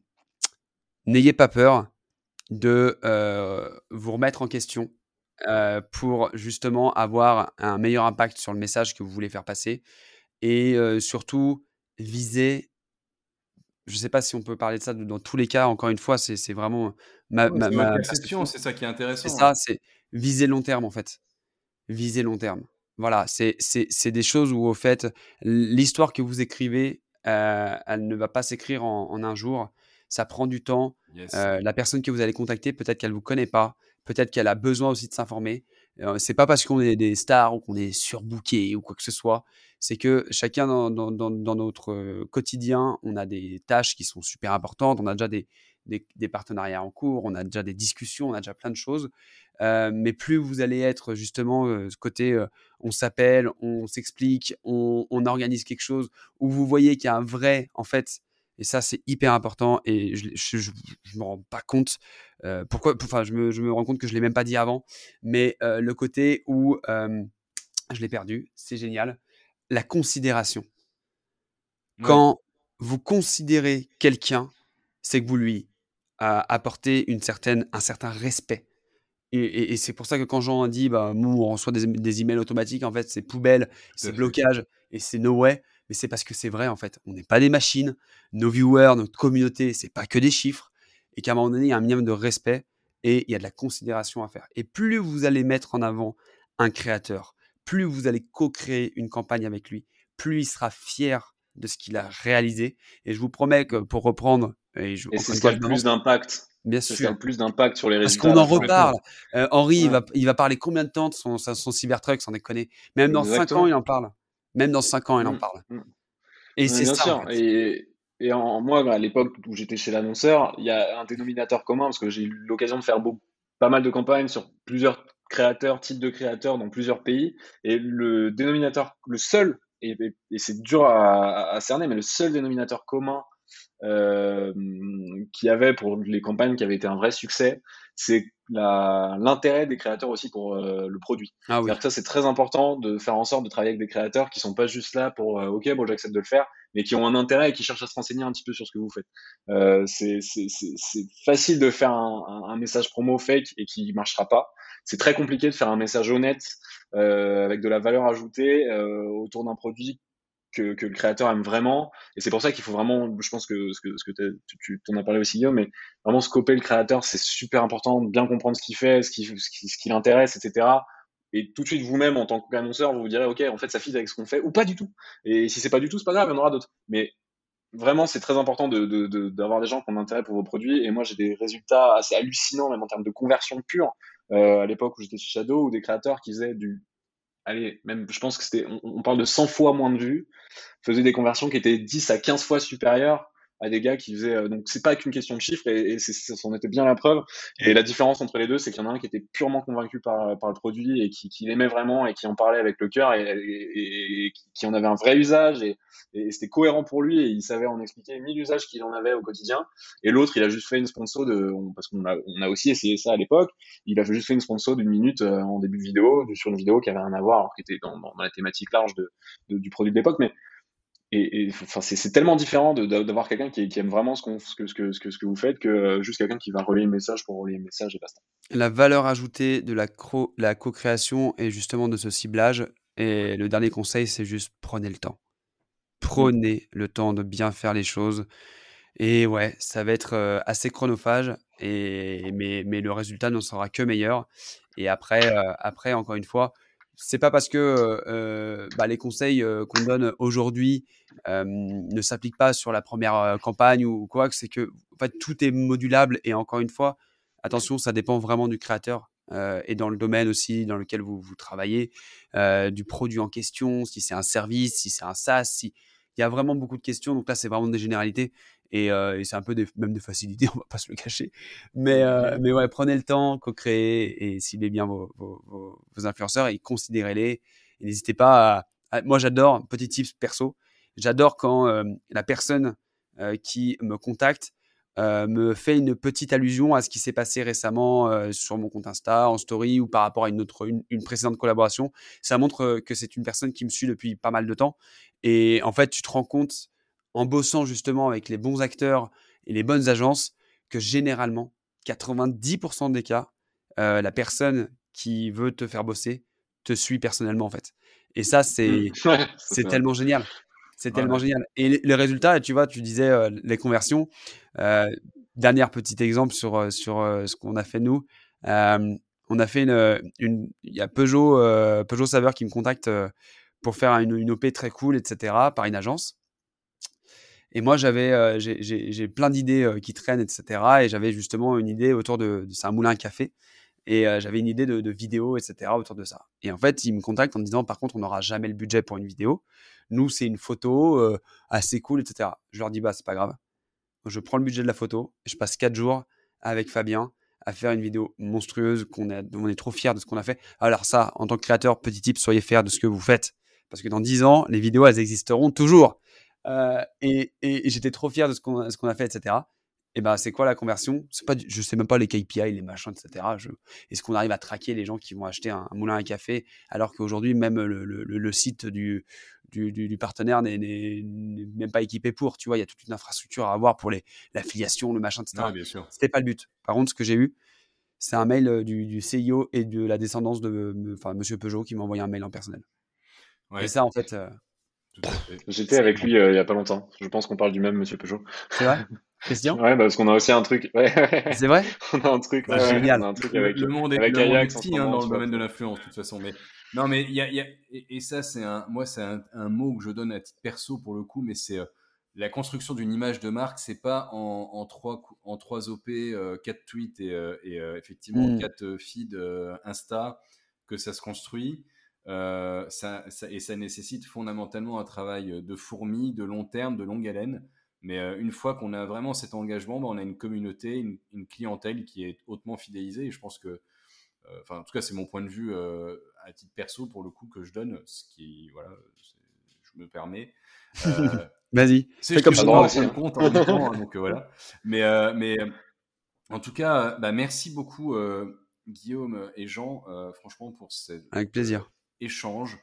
n'ayez pas peur de euh, vous remettre en question euh, pour justement avoir un meilleur impact sur le message que vous voulez faire passer et euh, surtout viser, je ne sais pas si on peut parler de ça dans tous les cas, encore une fois, c'est, c'est vraiment ma, Ouais, ma, c'est votre ma perception, perception. c'est ça qui est C'est intéressant. ça, c'est viser long terme en fait. Viser long terme. Voilà, c'est, c'est, c'est des choses où au fait, l'histoire que vous écrivez, euh, elle ne va pas s'écrire en, en un jour. Ça prend du temps. Yes. Euh, la personne que vous allez contacter, peut-être qu'elle ne vous connaît pas. Peut-être qu'elle a besoin aussi de s'informer. Euh, c'est pas parce qu'on est des stars ou qu'on est surbooké ou quoi que ce soit. C'est que chacun dans, dans, dans, dans notre euh, quotidien, on a des tâches qui sont super importantes. On a déjà des, des, des partenariats en cours. On a déjà des discussions. On a déjà plein de choses. Euh, mais plus vous allez être justement euh, ce côté euh, on s'appelle, on s'explique, on, on organise quelque chose où vous voyez qu'il y a un vrai en fait, et ça c'est hyper important et je, je, je, je me rends pas compte euh, pourquoi, enfin je me, je me rends compte que je l'ai même pas dit avant, mais euh, le côté où euh, je l'ai perdu, c'est génial, la considération. Ouais. Quand vous considérez quelqu'un, c'est que vous lui euh, apportez une certaine, un certain respect. Et, et, et c'est pour ça que quand Jean dit, bah, nous, on reçoit des, des emails automatiques, en fait, c'est poubelle, Tout à c'est fait. blocage et c'est no way. Mais c'est parce que c'est vrai, en fait. On n'est pas des machines. Nos viewers, notre communauté, c'est pas que des chiffres. Et qu'à un moment donné, il y a un minimum de respect et il y a de la considération à faire. Et plus vous allez mettre en avant un créateur, plus vous allez co-créer une campagne avec lui, plus il sera fier de ce qu'il a réalisé. Et je vous promets que pour reprendre, et je, Et encore c'est une ce qui a fois, je le plus m'avance, d'impact. bien C'est ce qui a sûr. le plus d'impact sur les Parce résultats à qu'on la en fin. reparle. Euh, Henri, il Ouais, va, il va parler combien de temps de son, son Cybertruck, sans déconner. Même dans cinq ans, il exactement. en parle. Même dans cinq ans, il en Mm, parle. mm. Et Ouais, c'est bien ça, en sûr. fait. Et, et en, moi, à l'époque où j'étais chez l'annonceur, il y a un dénominateur commun parce que j'ai eu l'occasion de faire beau- pas mal de campagnes sur plusieurs créateurs, types de créateurs dans plusieurs pays. Et le dénominateur, le seul, et, et- et c'est dur à, à cerner, mais le seul dénominateur commun euh, qu'il y avait pour les campagnes qui avaient été un vrai succès, c'est la, l'intérêt des créateurs aussi pour euh, le produit. Ah C'est-à-dire oui. que ça, c'est très important de faire en sorte de travailler avec des créateurs qui sont pas juste là pour euh, ok, bon, j'accepte de le faire, mais qui ont un intérêt et qui cherchent à se renseigner un petit peu sur ce que vous faites. Euh, c'est, c'est, c'est, c'est facile de faire un, un, un message promo fake et qui marchera pas. C'est très compliqué de faire un message honnête euh, avec de la valeur ajoutée euh, autour d'un produit que, que le créateur aime vraiment. Et c'est pour ça qu'il faut vraiment, je pense que ce que, ce que tu, tu t'en as parlé aussi, Guillaume, mais vraiment scoper le créateur, c'est super important de bien comprendre ce qu'il fait, ce qui, ce qui, ce qui l'intéresse, et cetera. Et tout de suite, vous-même, en tant qu'annonceur, vous vous direz, OK, en fait, ça fit avec ce qu'on fait, ou pas du tout. Et si c'est pas du tout, c'est pas grave, il y en aura d'autres. Mais vraiment, c'est très important de, de, de, d'avoir des gens qui ont un intérêt pour vos produits. Et moi, j'ai des résultats assez hallucinants, même en termes de conversion pure, euh, à l'époque où j'étais chez Shadow, ou des créateurs qui faisaient du, allez, même, je pense que c'était, on, on parle de cent fois moins de vues, faisait des conversions qui étaient dix à quinze fois supérieures à des gars qui faisaient. Euh, donc, c'est pas qu'une question de chiffres et, et c'est, ça en était bien la preuve. Et la différence entre les deux, c'est qu'il y en a un qui était purement convaincu par, par le produit et qui, qui l'aimait vraiment et qui en parlait avec le cœur et, et, et qui, qui en avait un vrai usage et, et c'était cohérent pour lui et il savait en expliquer mille usages qu'il en avait au quotidien. Et l'autre, il a juste fait une sponsor de, parce qu'on a, on a aussi essayé ça à l'époque. Il a juste fait une sponsor d'une minute euh, en début de vidéo, sur une vidéo qui avait rien à voir, alors qui était dans, dans la thématique large de, de, du produit de l'époque. Mais et, et enfin, c'est, c'est tellement différent de, d'avoir quelqu'un qui, qui aime vraiment ce, qu'on, ce, que, ce, que, ce, que, ce que vous faites que euh, juste quelqu'un qui va relayer le message pour relayer le message et basta. La valeur ajoutée de la, cro- la co-création et justement de ce ciblage. Et le dernier conseil, c'est juste prenez le temps. Mm. Prenez le temps de bien faire les choses. Et ouais, ça va être euh, assez chronophage, et, mais, mais le résultat n'en sera que meilleur. Et après, euh, après encore une fois, c'est pas parce que euh, bah, les conseils euh, qu'on donne aujourd'hui euh, ne s'appliquent pas sur la première euh, campagne ou quoi, que c'est que en fait, tout est modulable. Et encore une fois, attention, ça dépend vraiment du créateur. euh, et dans le domaine aussi dans lequel vous, vous travaillez, euh, du produit en question, si c'est un service, si c'est un SaaS, si... il y a vraiment beaucoup de questions. Donc là, c'est vraiment des généralités. Et, euh, et c'est un peu des, même de facilité, on va pas se le cacher. Mais, euh, Mm. mais ouais, prenez le temps, co-créez et ciblez bien vos, vos, vos, vos influenceurs et considérez-les. Et n'hésitez pas à, à- moi, j'adore, petit tips perso, j'adore quand euh, la personne euh, qui me contacte euh, me fait une petite allusion à ce qui s'est passé récemment euh, sur mon compte Insta, en story ou par rapport à une autre, une, une précédente collaboration. Ça montre euh, que c'est une personne qui me suit depuis pas mal de temps. Et en fait, tu te rends compte en bossant justement avec les bons acteurs et les bonnes agences que généralement, quatre-vingt-dix pour cent des cas, euh, la personne qui veut te faire bosser te suit personnellement en fait. Et ça, Mm. c'est Ouais, ça c'est c'est vrai. tellement génial. C'est Ouais, tellement ouais. génial. Et les, les résultats, tu vois, tu disais euh, les conversions. Euh, dernier petit exemple sur, euh, sur euh, ce qu'on a fait nous. Euh, on a fait une, une, il y a Peugeot, euh, Peugeot Saveur qui me contacte euh, pour faire une, une O P très cool, et cetera par une agence. Et moi, j'avais, euh, j'ai, j'ai, j'ai plein d'idées euh, qui traînent, et cetera. Et j'avais justement une idée autour de, de c'est un moulin à café. Et euh, j'avais une idée de, de vidéo, et cetera autour de ça. Et en fait, il me contacte en me disant, par contre, on n'aura jamais le budget pour une vidéo. Nous, c'est une photo euh, assez cool, et cetera. Je leur dis, bah, c'est pas grave. Je prends le budget de la photo et je passe quatre jours avec Fabien à faire une vidéo monstrueuse qu'on est, on est trop fiers de ce qu'on a fait. Alors ça, en tant que créateur, petit tip, soyez fiers de ce que vous faites. Parce que dans dix ans, les vidéos, elles existeront toujours. Euh, et, et, et j'étais trop fier de ce qu'on, ce qu'on a fait, et cetera. Et ben, c'est quoi la conversion? C'est pas, du- je sais même pas les K P I, les machins, et cetera. Je, est-ce qu'on arrive à traquer les gens qui vont acheter un, un moulin à café alors qu'aujourd'hui, même le, le, le site du, du, du, du partenaire n'est, n'est, n'est même pas équipé pour. Tu vois, il y a toute une infrastructure à avoir pour les, l'affiliation, le machin, et cetera. Ouais, bien sûr. C'était pas le but. Par contre, ce que j'ai eu, c'est un mail du, du C I O et de la descendance de enfin, Monsieur Peugeot qui m'a envoyé un mail en personnel. Ouais. Et ça, en fait, euh, Tout à fait. J'étais avec lui euh, il y a pas longtemps. Je pense qu'on parle du même Monsieur Peugeot. C'est vrai? Christian? Ouais, bah, parce qu'on a aussi un truc. Ouais. C'est vrai? On a un truc. Bah, Ouais, génial. on a un truc le, avec le monde est, avec le monde est Ajax en ce petit hein, moment, dans tu le vois, domaine de pour- l'influence, de toute façon. Mais non, mais il y a, il y a et, et ça, c'est un, moi, c'est un, un mot que je donne à titre perso pour le coup, mais c'est euh, la construction d'une image de marque. C'est pas en, en trois cou- en trois O P, euh, quatre tweets et, euh, et euh, effectivement Mm. quatre euh, feeds euh, Insta que ça se construit. Euh, ça, ça- et ça nécessite fondamentalement un travail de fourmi, de long terme, de longue haleine. Mais euh, une fois qu'on a vraiment cet engagement, bah, on a une communauté, une, une clientèle qui est hautement fidélisée. Et je pense que, euh, enfin, en tout cas, c'est mon point de vue euh, à titre perso pour le coup que je donne, ce qui, voilà, c'est- je me permets. Euh, Vas-y, c'est fais ce comme que T'as ça. le je droit dois en aussi, fin de hein. compte, hein, honnêtement, hein, donc euh, voilà. Mais, euh, mais euh, en tout cas, euh, bah, merci beaucoup euh, Guillaume et Jean, euh, franchement, pour cet Avec euh, plaisir. échange.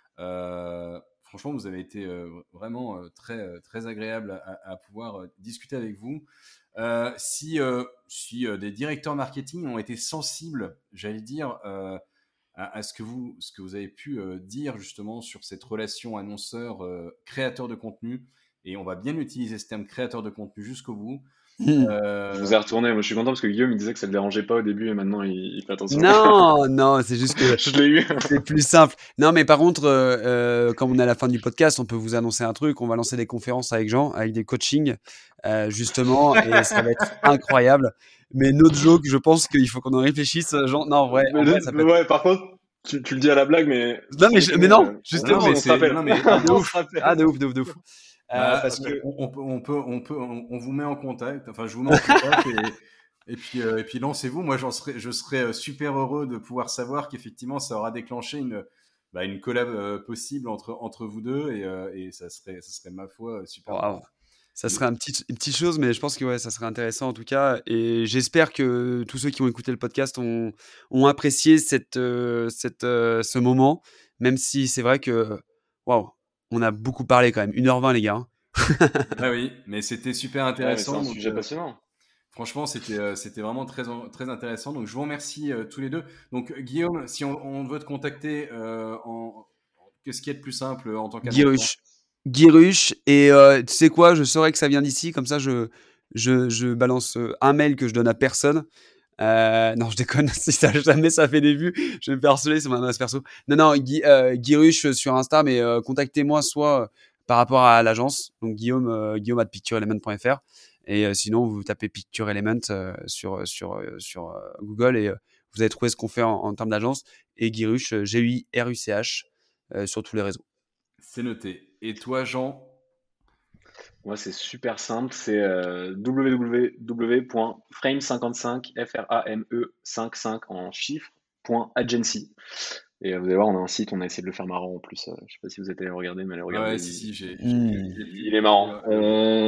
Euh, franchement, vous avez été euh, vraiment euh, très, euh, très agréable à, à pouvoir euh, discuter avec vous. Euh, si euh, si euh, des directeurs marketing ont été sensibles, j'allais dire, euh, à, à ce que vous, ce que vous avez pu euh, dire justement sur cette relation annonceur-créateur de contenu, et on va bien utiliser ce terme créateur de contenu jusqu'au bout. Mm. Je Euh, vous ai retourné. Moi, je suis content parce que Guillaume, il disait que ça le dérangeait pas au début et maintenant, il, il fait attention. Non, non, c'est juste que Je l'ai eu. c'est plus simple. Non, mais par contre, euh, euh, comme on est à la fin du podcast, on peut vous annoncer un truc. On va lancer des conférences avec Jean, avec des coachings, euh, justement, et ça va être incroyable. Mais notre joke, je pense qu'il faut qu'on en réfléchisse. Jean, non, en vrai, en Mais, vrai, ça peut être. ouais, par contre, tu, tu le dis à la blague, mais Non, mais, sans je- déconner, mais non, euh, non, non, justement. mais on se c'est, rappelle. non, mais Ah, de On ouf. se rappelle. Ah, de ouf, de ouf, de ouf. Euh, bah, parce que. on, on peut, on peut, on peut, on, on vous met en contact. Enfin, je vous mets en contact et, et puis, euh, et puis lancez-vous. Moi, j'en serais, je serais euh, super heureux de pouvoir savoir qu'effectivement, ça aura déclenché une, bah, une collab euh, possible entre, entre vous deux et, euh, et ça serait, ça serait ma foi euh, super. Waouh. Ça serait un petit, une petite chose, mais je pense que ouais, ça serait intéressant en tout cas. Et j'espère que tous ceux qui ont écouté le podcast ont, ont apprécié cette, euh, cette, euh, ce moment, même si c'est vrai que waouh, on a beaucoup parlé quand même. une heure vingt, les gars. hein. Ah oui, mais c'était super Ouais, mais c'est intéressant. un Donc, sujet euh, passionnant. franchement, c'était, euh, c'était vraiment très, très intéressant. Donc, je vous remercie euh, tous les deux. Donc, Guillaume, si on, on veut te contacter, euh, en, qu'est-ce qui est le plus simple en tant Guy qu'annonceur? Ruche. Guy Ruche. Et euh, tu sais quoi, je saurais que ça vient d'ici, comme ça je, je, je balance euh, un mail que je donne à personne. Euh, non, je déconne. Si ça jamais ça fait des vues, je vais me faire harceler sur mon adresse perso. Non, non, Guy, euh, Guy Ruche sur Insta, mais euh, contactez-moi soit euh, par rapport à l'agence, donc Guillaume, euh, Guillaume at picture element point f r, et euh, sinon vous tapez Picture Element euh, sur sur euh, sur euh, Google et euh, vous allez trouver ce qu'on fait en, en termes d'agence. Et Guy Ruche, euh, G U I R U C H euh, sur tous les réseaux. C'est noté. Et toi, Jean? Moi, c'est super simple. C'est euh, w w w point frame cinquante-cinq, F R A M E cinquante-cinq en chiffres, point agency. Et euh, vous allez voir, on a un site, on a essayé de le faire marrant en plus. Euh, je sais pas si vous êtes allé le regarder, mais allez Ah regarder. ouais, il, si, si, j'ai, j'ai, Mmh. j'ai vu. il est marrant. On,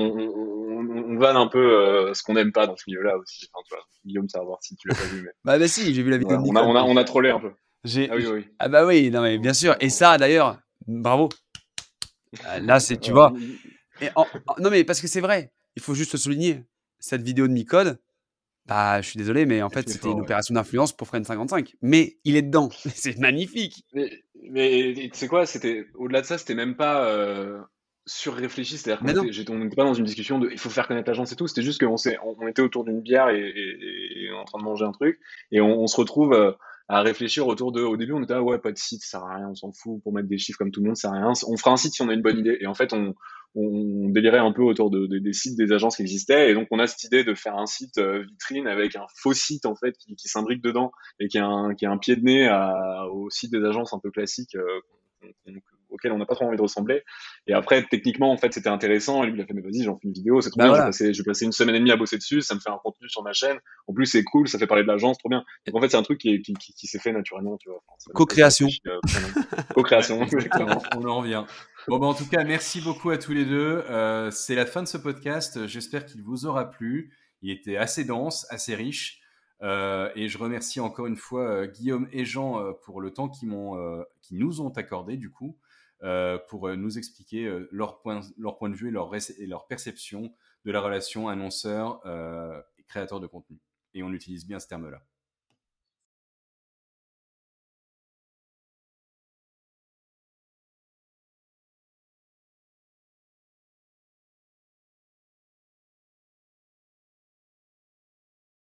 on, on, on vanne un peu euh, ce qu'on n'aime pas dans ce milieu-là aussi. Enfin, tu vois, Guillaume, ça va voir si tu l'as pas vu, mais Bah, bah si, j'ai vu la vidéo voilà, de on a, Nicole. on a, on a trollé un peu. J'ai, Ah oui, oui. ah bah oui, non mais bien sûr. Et ça d'ailleurs, bravo. Euh, Là, c'est, tu Voilà. vois. Et en- en- non mais parce que c'est vrai, il faut juste souligner cette vidéo de Micode. Bah, je suis désolé, mais en Elle fait, fait c'était fort, une ouais. opération d'influence pour Frame cinquante-cinq. Mais il est dedans. C'est magnifique. Mais, mais tu sais quoi, c'était au-delà de ça, c'était même pas euh, surréfléchi. C'est-à-dire qu'on Mais non. était, j'étais- on n'était pas dans une discussion de il faut faire connaître l'agence et tout. C'était juste qu'on s'est, on, on était autour d'une bière et, et- et en train de manger un truc, et on, on se retrouve euh, à réfléchir autour de. Au début, on était ah ouais, pas de site, ça sert à rien, on s'en fout pour mettre des chiffres comme tout le monde, ça sert à rien. On fera un site si on a une bonne idée. Et en fait, on, on délirait un peu autour de, de- des sites des agences qui existaient, et donc on a cette idée de faire un site euh, vitrine avec un faux site en fait qui, qui s'imbrique dedans et qui a un, qui a un pied de nez à, au site des agences un peu classiques euh, qu'on- qu'on- auquel on n'a pas trop envie de ressembler. Et après, techniquement, en fait, c'était intéressant. Et lui, il a fait, mais vas-y, j'en fais une vidéo, c'est trop Bah bien. J'ai voilà. passé, j'ai passé une semaine et demie à bosser dessus, ça me fait un contenu sur ma chaîne. En plus, c'est cool, ça fait parler de l'agence, trop bien. Donc en fait, c'est un truc qui, est- qui, qui, qui s'est fait naturellement, tu vois. Enfin, ça n'a pas été Co-création. réfléchi, euh, vraiment. Co-création, Ouais, exactement. exactement, on en revient. Bon, bah, en tout cas, merci beaucoup à tous les deux. Euh, c'est la fin de ce podcast. J'espère qu'il vous aura plu. Il était assez dense, assez riche. Euh, et je remercie encore une fois euh, Guillaume et Jean euh, pour le temps qu'ils m'ont, euh, qu'ils nous ont accordé, du coup. euh, pour nous expliquer euh, leur, point, leur point de vue et leur, et leur perception de la relation annonceur euh, et créateur de contenu. Et on utilise bien ce terme-là.